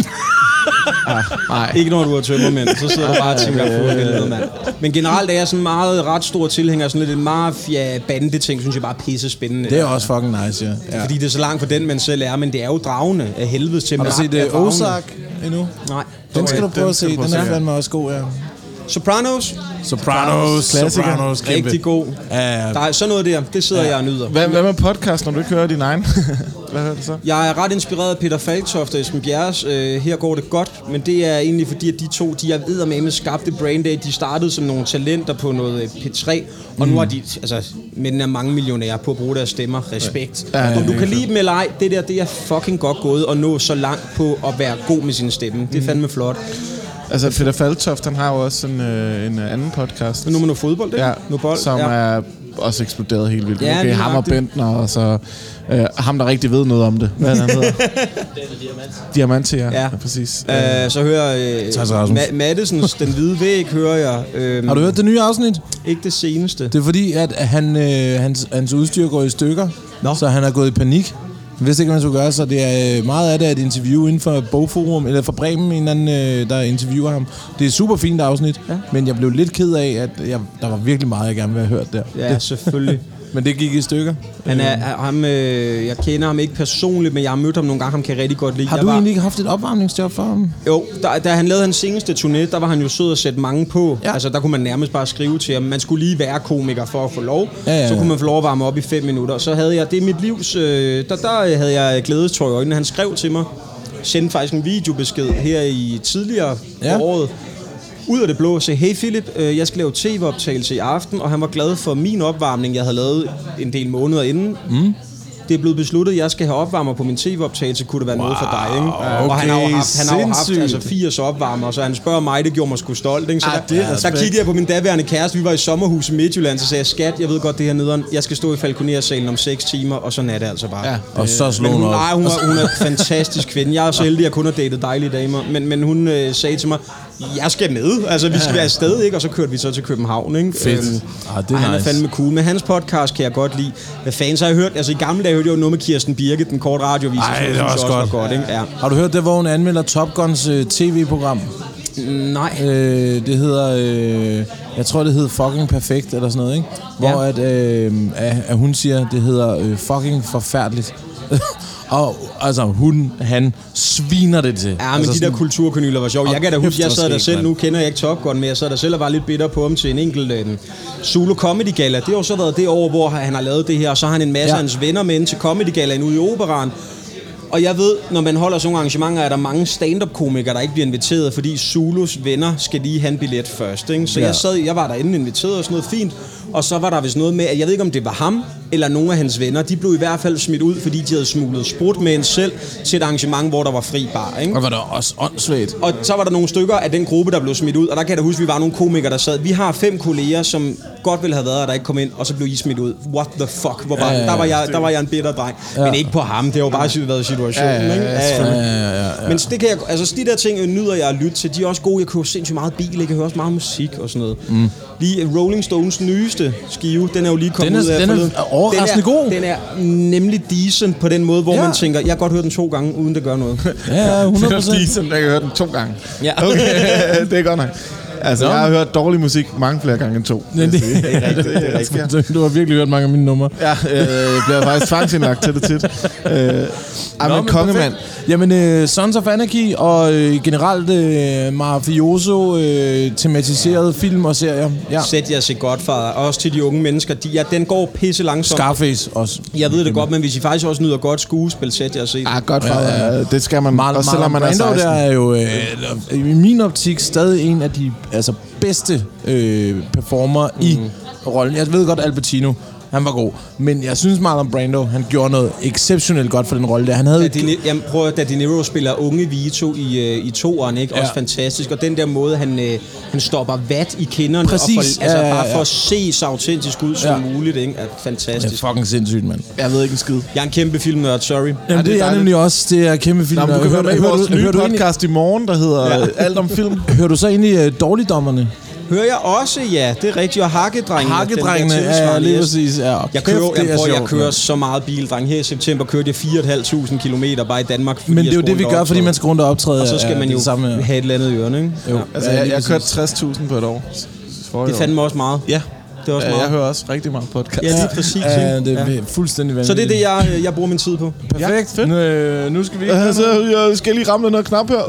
Nej. Ikke når du har tømmermænd, så sidder du bare og tænker på billeder, mand. Men generelt er jeg sådan meget ret stor tilhænger af sådan lidt en mafia-bande-ting, synes jeg bare er pisse spændende. Det er også fucking nice, ja. ja. Fordi det er så langt fra den, man selv er, men det er jo dragende af helvedes til. Har du magt set af det dragende. Ozark endnu? Nej. Den skal du prøve at se. skal du prøve Den at er se, ja. fandme også god, ja. Sopranos, Sopranos, Klassiker. Sopranos, kæmpe. rigtig god. Ja, ja. Der er sådan noget der, det sidder ja. jeg og nyder. Hvad, hvad med podcast, når du ikke hører din egen? Hvad hører du så? Jeg er ret inspireret af Peter Falktoft og Esben Bjerres. Øh, her går det godt, men det er egentlig fordi, at de to, de er eddermame skabte Brain Day. De startede som nogle talenter på noget P tre, og nu har de, altså, mændene er mange millionærer på at bruge deres stemmer. Respekt. Ja, ja, Om du det er kan fedt. lide dem eller ej, det der, det er fucking godt gået at nå så langt på at være god med sin stemme. Det er fandme flot. Altså, Peter Falktoft, han har jo også en, øh, en anden podcast. Men nu med noget fodbold, ikke? Ja, Nu bold. som ja. er også eksploderet helt vildt. Ja, Ja, okay, lige ham og nøjagtigt. Bentner, og så øh, ham, der rigtig ved noget om det. Hvad er det, han hedder? Diamante, ja. Ja. ja præcis. Øh, så hører øh, Tak, Rasmus. Ma- Mattesens Den Hvide Væg, hører jeg. Øh, Har du hørt det nye afsnit? Ikke det seneste. Det er fordi, at han, øh, hans, hans udstyr går i stykker, Nå. så han er gået i panik. Jeg vidste ikke, hvad man skulle gøre, så det er øh, meget af det er et interview inden for Bogforum, eller for Bremen, en eller anden, øh, der interviewer ham. Det er et super fint afsnit, ja. Men jeg blev lidt ked af, at jeg, der var virkelig meget, jeg gerne ville have hørt der. Ja, selvfølgelig. Men det gik i stykker. Han er, ham, øh, jeg kender ham ikke personligt, men jeg har mødt ham nogle gange. Ham kan jeg rigtig godt lide. Har jeg du var, egentlig ikke haft et opvarmningsjob for ham? Jo, da, da han lavede hans seneste turné, der var han jo sød at sætte mange på. Ja. Altså, der kunne man nærmest bare skrive til ham. Man skulle lige være komiker for at få lov. Ja, ja, ja. Så kunne man få lov at varme op i fem minutter. Så havde jeg, det er mit livs... Øh, der, der havde jeg glædestår i øjnene. Han skrev til mig, sendte faktisk en videobesked her i tidligere Ja. på året. Ud af det blå og sagde, hey Philip, øh, jeg skal lave tv-optagelse i aften, og han var glad for min opvarmning, jeg havde lavet en del måneder inden. Mm. Det er blevet besluttet, at jeg skal have opvarmer på min tv-optagelse, kunne det være wow, noget for dig, ikke? okay, og han har jo haft, han har jo haft sindssygt. altså firs opvarmer, så han spørger mig, det gjorde mig sgu stolt, ikke? Så Ah, det er der, der respekt. kiggede jeg på min daværende kæreste, vi var i sommerhus i Midtjylland, så sagde jeg, skat, jeg ved godt det her nederen, jeg skal stå i Falconer-salen om seks timer, og sådan er det altså bare. Ja. Og så slog Men hun hun, op. nej, hun, var, hun er en fantastisk kvinde. Jeg er så heldig, at jeg kun har datet dejlige damer. Men, men hun øh, sagde til mig, jeg skal med. Altså, vi skal være afsted, ikke? Og så kørte vi så til København, ikke? Fedt. Ah, det er og han er nice. fandme cool. Men hans podcast kan jeg godt lide. Hvad fanden så har jeg hørt? Altså, i gamle dage hørte jeg jo noget med Kirsten Birke, den korte radiovis. Ej, og sådan det noget, var synes også jeg godt. Var godt, ikke? Ja. Har du hørt det, hvor hun anmelder Top Guns øh, tv-program? Nej. Øh, det hedder, øh, jeg tror det hedder Fucking Perfekt eller sådan noget, ikke? Hvor Ja. at, øh, at, at hun siger, det hedder øh, fucking forfærdeligt. Og altså, hun, han sviner det til. Ja, men altså, de der sådan- kulturkanyler var sjov. Jeg kan da kæft, huske, jeg hvor sad der skægt, selv, mand. nu kender jeg ikke Top Gun, men jeg sad der selv og var lidt bitter på ham til en enkelt øh, Zulu Comedy Gala. Det har jo så været det år, hvor han har lavet det her, og så har han en masse Ja. af hans venner med ind til Comedy Galaen ude i Operan. Og jeg ved, når man holder sådan nogle arrangementer, er der mange stand-up-komikere, der ikke bliver inviteret, fordi Zulus venner skal lige have en billet først. Ikke? Så Ja. jeg sad, jeg var derinde inviteret og sådan noget fint, og så var der vist noget med, at jeg ved ikke, om det var ham eller nogle af hans venner. De blev i hvert fald smidt ud, fordi de havde smuglet sprut med en selv til et arrangement, hvor der var fri bar. Ikke? Og var der også åndssvagt. Og så var der nogle stykker af den gruppe, der blev smidt ud, og der kan jeg da huske, at vi var nogle komikere, der sad. Vi har fem kolleger, som godt ville have været her, der ikke kom ind, og så blev I smidt ud. What the fuck? Hvor var, Ja, ja, ja. der, var jeg, der var jeg en bitter dreng. Ja. Men ikke på ham, det har jo bare været situationen. Ja, ja, ja, ikke? Ja, ja, ja, ja. Men det kan jeg, altså de der ting øh, nyder jeg at lytte til. De er også gode. Jeg køber sindssygt meget bil. Jeg kan høre også meget musik og sådan noget. Mm. Lige Rolling Stones nyeste skive, den er jo lige kommet Den er- ud af den er forleden. overraskende den er, god. Den er nemlig decent på den måde, hvor Ja. man tænker, jeg har godt hørt den to gange, uden det gør noget. Ja, ja, hundrede Det er procent. decent, jeg kan høre den to gange. Ja. Okay, det er godt nok. Altså, Nå. jeg har hørt dårlig musik mange flere gange end to. Men det, det er rigtigt. Det er rigtigt. du har virkelig hørt mange af mine numre. Ja, øh, jeg bliver faktisk tvangsindlagt til det tit. Øh, ej, men kongemand. perfekt. Jamen, øh, Sons of Anarchy og øh, generelt øh, mafioso øh, tematiserede film og serier. Ja. Sæt jer sig godt, far. Også til de unge mennesker. De, ja, den går pisse langsomt. Scarface også. Jeg ved det godt, men hvis I faktisk også nyder godt skuespil, sæt jer og se. Ah, godt for Ja, ja, det skal man, Marlon, også selvom man er Brando seksten. der er jo øh, i min optik stadig en af de altså, bedste øh, performer mm. i rollen. Jeg ved godt, Al Pacino, Han var god. Men jeg synes, Marlon Brando, han gjorde noget exceptionelt godt for den rolle der. Han havde... Da De, jamen, prøv at, da De Niro spiller unge Vito i, uh, i toeren, ikke? Også Ja. fantastisk. Og den der måde, han, uh, han stopper vat i kinderne. Præcis. Og for, altså, Ja, ja, bare ja. for at se så autentisk ud som Ja. muligt, ikke? Er Det fantastisk. er fucking sindssygt, mand. Jeg ved ikke en skid. Jeg er en kæmpe filmnørd, sorry. Jamen, det er det er jeg dejligt. nemlig også. Det er kæmpe film. Nå, men du kan høre med i vores nye podcast i morgen, der hedder Ja. ja. Alt om film. Hører du så egentlig uh, Dårligdommerne? Hører jeg også, ja. Det er rigtigt. Og Hakkedrengene. Hakkedrengene, den der ja, tilsvarende, lige yes. præcis. Ja, Jeg kæft, kører, det jeg, er prøver, jeg sjovt, kører mand. så meget bil, dreng. Her i september kørte jeg fire tusind fem hundrede kilometer bare i Danmark. fordi Men det er jeg jo skulle det, vi rundt gør, og fordi optræde. man skal rundt og optræde. Og så skal ja, man det jo er det samme, ja. have et eller andet i ørene, ikke? Jo. Ja. Altså, Ja, jeg, lige jeg kørte præcis. tres tusind på et år. Det er fandme også meget. Ja. Det er også Ja, meget. jeg hører også rigtig meget podcast. Ja, lige præcis. Ja, ikke? det er Ja. fuldstændig vanvittigt. Så det er det, jeg, jeg bruger min tid på. Perfekt. Ja, fedt. Nu, øh, nu skal vi ikke... Altså, jeg skal lige ramme den her knap her.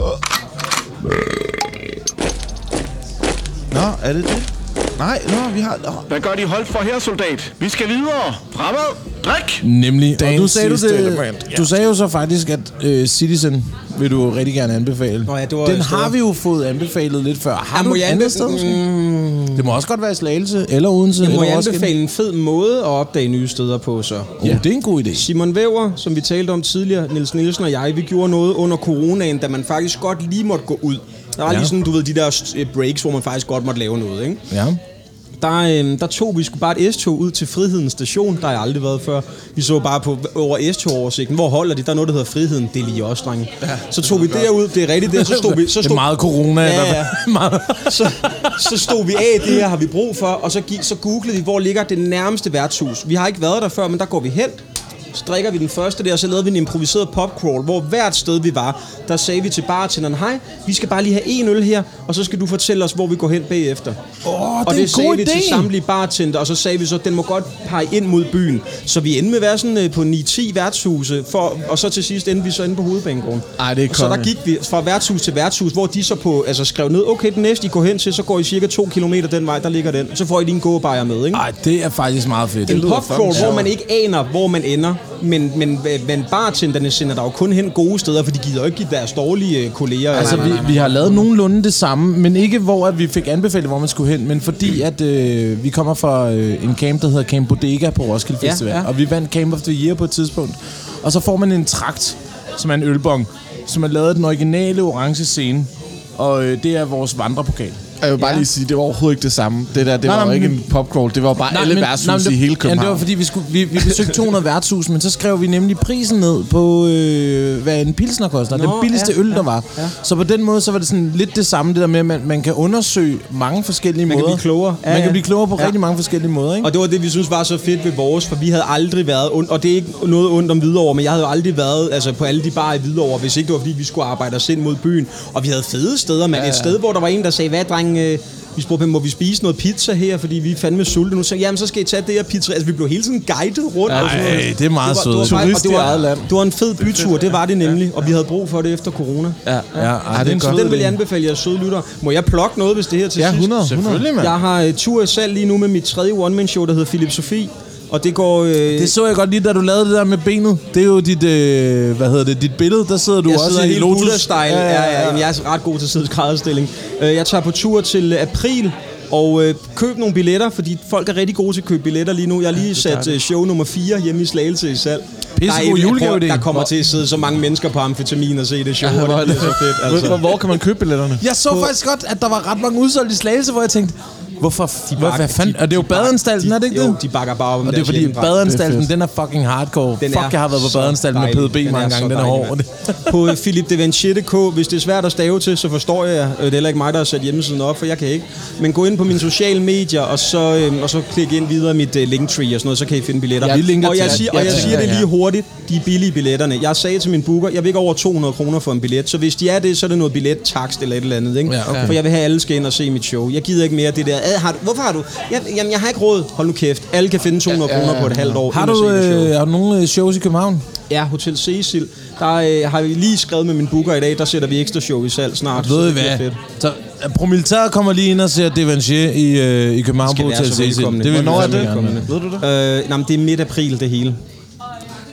Nå, er det det? Nej, nå, vi har... Nå. Hvad gør de hold for her, soldat? Vi skal videre. Fremad. Drik. Nemlig. Og Dagens nu sagde du sidste det... element. Du sagde jo så faktisk, at øh, Citizen vil du rigtig gerne anbefale. Nå ja, det var Den et har sted. vi jo fået anbefalet lidt før. Har Ja, du må et jeg andet anbe- sted? måske? Mm. Det må også godt være i Slagelse eller Odense. Jeg må eller jeg Roskilde. anbefale en fed måde at opdage nye steder på, så. Ja, det er en god idé. Simon Væver, som vi talte om tidligere, Niels Nielsen og jeg, vi gjorde noget under coronaen, da man faktisk godt lige måtte gå ud. Der var Ja. lige sådan, du ved, de der øh, breaks, hvor man faktisk godt måtte lave noget, ikke? Ja. Der, øh, der tog vi sgu bare et S-tog ud til Frihedens Station, der har jeg aldrig været før. Vi så bare på over S-tog-oversigten. Hvor holder de? Der er noget, der hedder Friheden. Det er lige også, drenge. Ja, så tog vi derud, det er rigtigt der, så stod vi... Så Det stod, er meget corona. Ja, i hvert ja. fald. Meget. så, så stod vi af, det her har vi brug for, og så, gik, så googlede vi, hvor ligger det nærmeste værtshus. Vi har ikke været der før, men der går vi hen. Så drikker vi den første der, og så lavede vi en improviseret popcrawl, hvor hvert sted vi var, der sagde vi til bartenderen, hej, vi skal bare lige have en øl her, og så skal du fortælle os, hvor vi går hen bagefter. Åh, og det er det en sagde god vi idé. til samtlige bartender, og så sagde vi så, at den må godt pege ind mod byen. Så vi endte med at være sådan øh, på ni ti værtshuse, for, og så til sidst endte vi så inde på Hovedbanegården. Ej, det er Og så der konge. gik vi fra værtshus til værtshus, hvor de så på, altså skrev ned, okay, den næste I går hen til, så går I cirka to kilometer den vej, der ligger den. Så får I lige en gåbajer med, ikke? Ej, det er faktisk meget fedt. En Det lyder popcrawl, fucking hvor sjovt. man ikke aner, hvor man ender, men, men, men bartenderne sender der jo kun hen gode steder, for de gider jo ikke give deres dårlige kolleger. Altså, vi, vi har lavet nogenlunde det samme, men ikke hvor at vi fik anbefalet, hvor man skulle hen, men fordi at øh, vi kommer fra øh, en camp, der hedder Camp Bodega på Roskilde Ja, Festival, ja. og vi vandt Camp of the Year på et tidspunkt, og så får man en trakt, som er en ølbong, som er lavet af den originale orange scene, og øh, det er vores vandrepokal. Jeg vil bare ja. lige sige, det var overhovedet ikke det samme. Det der, det Nej, var nej, jo ikke men- en popcrawl. Det var bare nej, alle værtshus i hele København. Ja, det var fordi, vi, skulle, vi, vi besøgte to hundrede værtshus, men så skrev vi nemlig prisen ned på, øh, hvad en pilsner koster. Nå, den billigste ja, øl, der ja, var. ja. Så på den måde, så var det sådan lidt det samme, det der med, at man, man kan undersøge mange forskellige Man kan måder. blive klogere. Ja, man kan ja. blive klogere på Ja. rigtig mange forskellige måder, ikke? Og det var det, vi synes var så fedt ved vores, for vi havde aldrig været, und- og det er ikke noget ondt om Hvidovre, men jeg havde jo aldrig været altså, på alle de barer i Hvidovre, hvis ikke det var, fordi vi skulle arbejde os ind mod byen. Og vi havde fede steder, men ja, ja. Et sted, hvor der var en, der sagde, hvad dreng, øh, vi spurgte, må vi spise noget pizza her, fordi vi er fandme sulte nu. Så jamen, så skal I tage det her pizza. Altså, vi blev hele tiden guidet rundt. Ej, og sådan noget. det er meget var- sødt. var faktisk- og Turist det i var- eget land. Det var en fed bytur, det var det nemlig. Og vi havde brug for det efter corona. Ja, ja, ja, det er det er en godt. sød Den vil jeg idé. anbefale jer søde lyttere. Må jeg plukke noget, hvis det her til Ja, sidst? hundrede. Selvfølgelig, mand. Jeg har uh, tur i salg lige nu med mit tredje one-man-show, der hedder Philip Sofie. Og det går... Øh, Det så jeg godt lige, da du lavede det der med benet. Det er jo dit, øh, hvad hedder det, dit billede. Der sidder du jeg også sidder i helt Lotus. Buddha-style. Ja, ja, ja. Jamen, jeg er ret god til at sidde i skrædderstilling. Uh, jeg tager på tur til uh, april. Og øh, køb nogle billetter, fordi folk er rigtig gode til at købe billetter lige nu. Jeg har lige ja, sat øh, show nummer fire hjemme i Slagelse i salg. Pissegod julegave, det. Der kommer til at sidde så mange mennesker på amfetamin og se det show, Ja, og hvor det er bliver det- så fedt. Hvor, Altså. hvor kan man købe billetterne? Jeg så faktisk godt, at der var ret mange udsolgt i Slagelse, hvor jeg tænkte, hvorfor? De Hvor, hvad fanden? de- Og det er jo de bakker- badeanstalten, de- er det ikke jo, det? de bakker bare op om Og det er deres fordi hjemmedragt. badeanstalten, Det er den er fucking hardcore. Den Fuck, er jeg har været på så badeanstalten med dejlig. P D B Den er mange så gange, den er dejlig, hård. mand. På øh, Philip de Vinci punktum d k, hvis det er svært at stave til, så forstår jeg. Øh, Det er heller ikke mig, der har sat hjemmesiden op, for jeg kan ikke. Men gå ind på mine sociale medier, og så, øh, og så klik ind videre i mit øh, linktree og sådan noget, så kan I finde billetter. Ja, vi linker og jeg, til- siger, ja, og jeg til- siger det ja, ja. lige hurtigt, de er billige billetterne. Jeg sagde til min booker, jeg vil ikke over to hundrede kroner for en billet, så hvis de er det, så er det noget billettakst eller et eller andet. Ikke? Ja, okay. For jeg vil have, at alle skal ind og se mit show. Jeg gider ikke mere det der. "Ad, Har du, hvorfor har du? Jeg, jamen, jeg har ikke råd. Hold nu kæft. Alle kan finde to hundrede kroner på et halvt år. Har ind og du, se mit show. øh, har du nogle øh, shows i København? Ja, Hotel Cecil. Der øh, har vi lige skrevet med min booker i dag, der sætter vi ekstra show i salg snart. Ved så I det bliver hvad? fedt. Så øh, Promilitæret kommer lige ind og ser Devanché i, øh, i København Skal på være Hotel så Cecil. velkomne. Det vil vi Hvornår er fandme det? gerne, mand. Ved du det? Øh, nej, men det er midt april, det hele.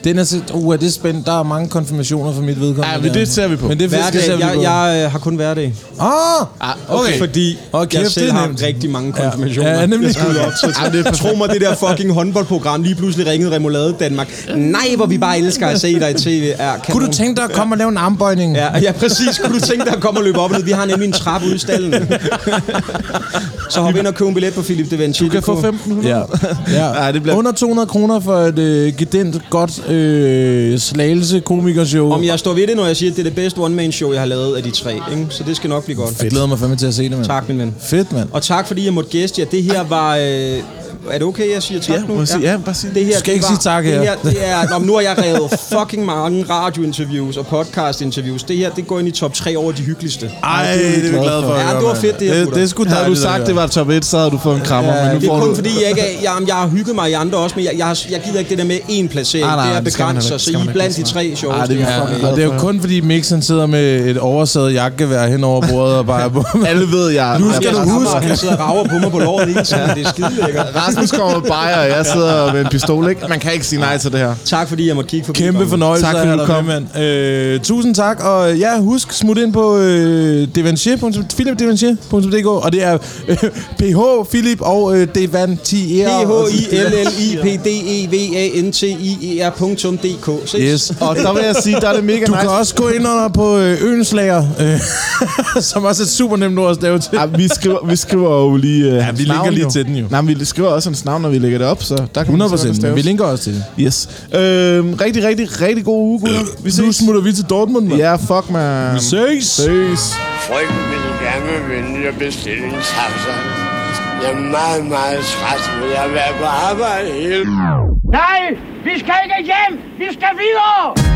Den er så... Uh, er det spændt? Der er mange konfirmationer for mit vedkommende. Ja, men det ser vi på. Men det Hverdag, ser vi jeg, på. jeg, jeg har kun hverdag. Ah, okay. Fordi Okay, jeg det selv er har nemt. rigtig mange konfirmationer. Ja, ja, nemlig. Jeg skulle op til. Ja, det er Tro mig, det der fucking håndboldprogram lige pludselig ringede Remoulade Danmark. Nej, hvor vi bare elsker at se dig i tv. Er Kunne du tænke dig at komme og lave en armbøjning? Ja, ja, præcis. Kunne du tænke dig at komme og løbe op og ned? Vi har nemlig en trappe ude i stallen. Så hop ind og køb en billet på Philip de Vinci. Du kan få femten hundrede. Ja. Ja. Ja, det bliver... Under to hundrede kroner for et øh, gedent, godt øh, slagelse komikershow. Om jeg står ved det, når jeg siger, at det er det bedste one-man-show, jeg har lavet af de tre. Ikke? Så det skal nok blive godt. Jeg glæder mig fandme til at se det, mand. Tak, min ven. Fedt, mand. Og tak, fordi jeg måtte gæste jer. Det her var... Øh, er det okay, jeg siger tak Ja, nu? må jeg sige, ja, bare sig det. Det her, Du skal det ikke var, sige tak det her. her. Det er, nå, nu har jeg revet fucking mange radiointerviews og podcast-interviews. Det her, det går ind i top tre over de hyggeligste. Ej, det er vi glade for. Ja, det var fedt, det her, Det, gutter. det er sgu Havde du dejligt. sagt, det var top et, så havde du fået en krammer. Ja, Men nu Det er får kun du... fordi, jeg, ikke er, jeg, jeg har hygget mig i andre også, men jeg, jeg, har, jeg gider ikke det der med én placering. Nej, nej, det er det skal man begrænset, heller ikke. så Skal I man er ikke. blandt de tre shows. Ej, det er vi fucking Ja, glade og det er jo kun fordi Mixen sidder med et oversaget jakkegevær hen over bordet og bare på. Alle ved, jeg... Nu jeg- skal jeg- du huske. Han sidder og rager på mig på låret hele tiden. Det er skide lækkert. Rasmus kommer med bajer, og jeg sidder med en pistol, ikke? Man kan ikke sige nej til det her. Tak fordi jeg måtte kigge forbi. Kæmpe Kongen. fornøjelse Tak, at fordi have du dig kom. med, mand. Øh, tusind tak, og ja, husk, smut ind på øh, devanchier punktum philip devanchier punktum d k, og det er øh, P H, Philip og øh, Devantier. P H I L L I P D E V A N T I E R punktum D K. Ses. Yes. Og der vil jeg sige, der er det mega Du nice. kan også gå ind under på øh, Øenslager, øh, som også er et super nemt ord at stave til. Ja, vi skriver, vi skriver jo lige uh, Ja, vi linker lige til den jo. Nej, men vi skriver også hans navn, når vi lægger det op, så der kan hundrede man procent, men vi linker også til det. Yes. Øhm, rigtig, rigtig, rigtig god uge, gutter. Vi Nu ses. smutter vi til Dortmund, mand. Ja, fuck, man. Vi ses. Ses. Frøken vil gerne være venlig og bestille en taxa. Jeg er meget, meget træt, men jeg vil være på arbejde hele. Nej, vi skal ikke hjem! Vi skal videre!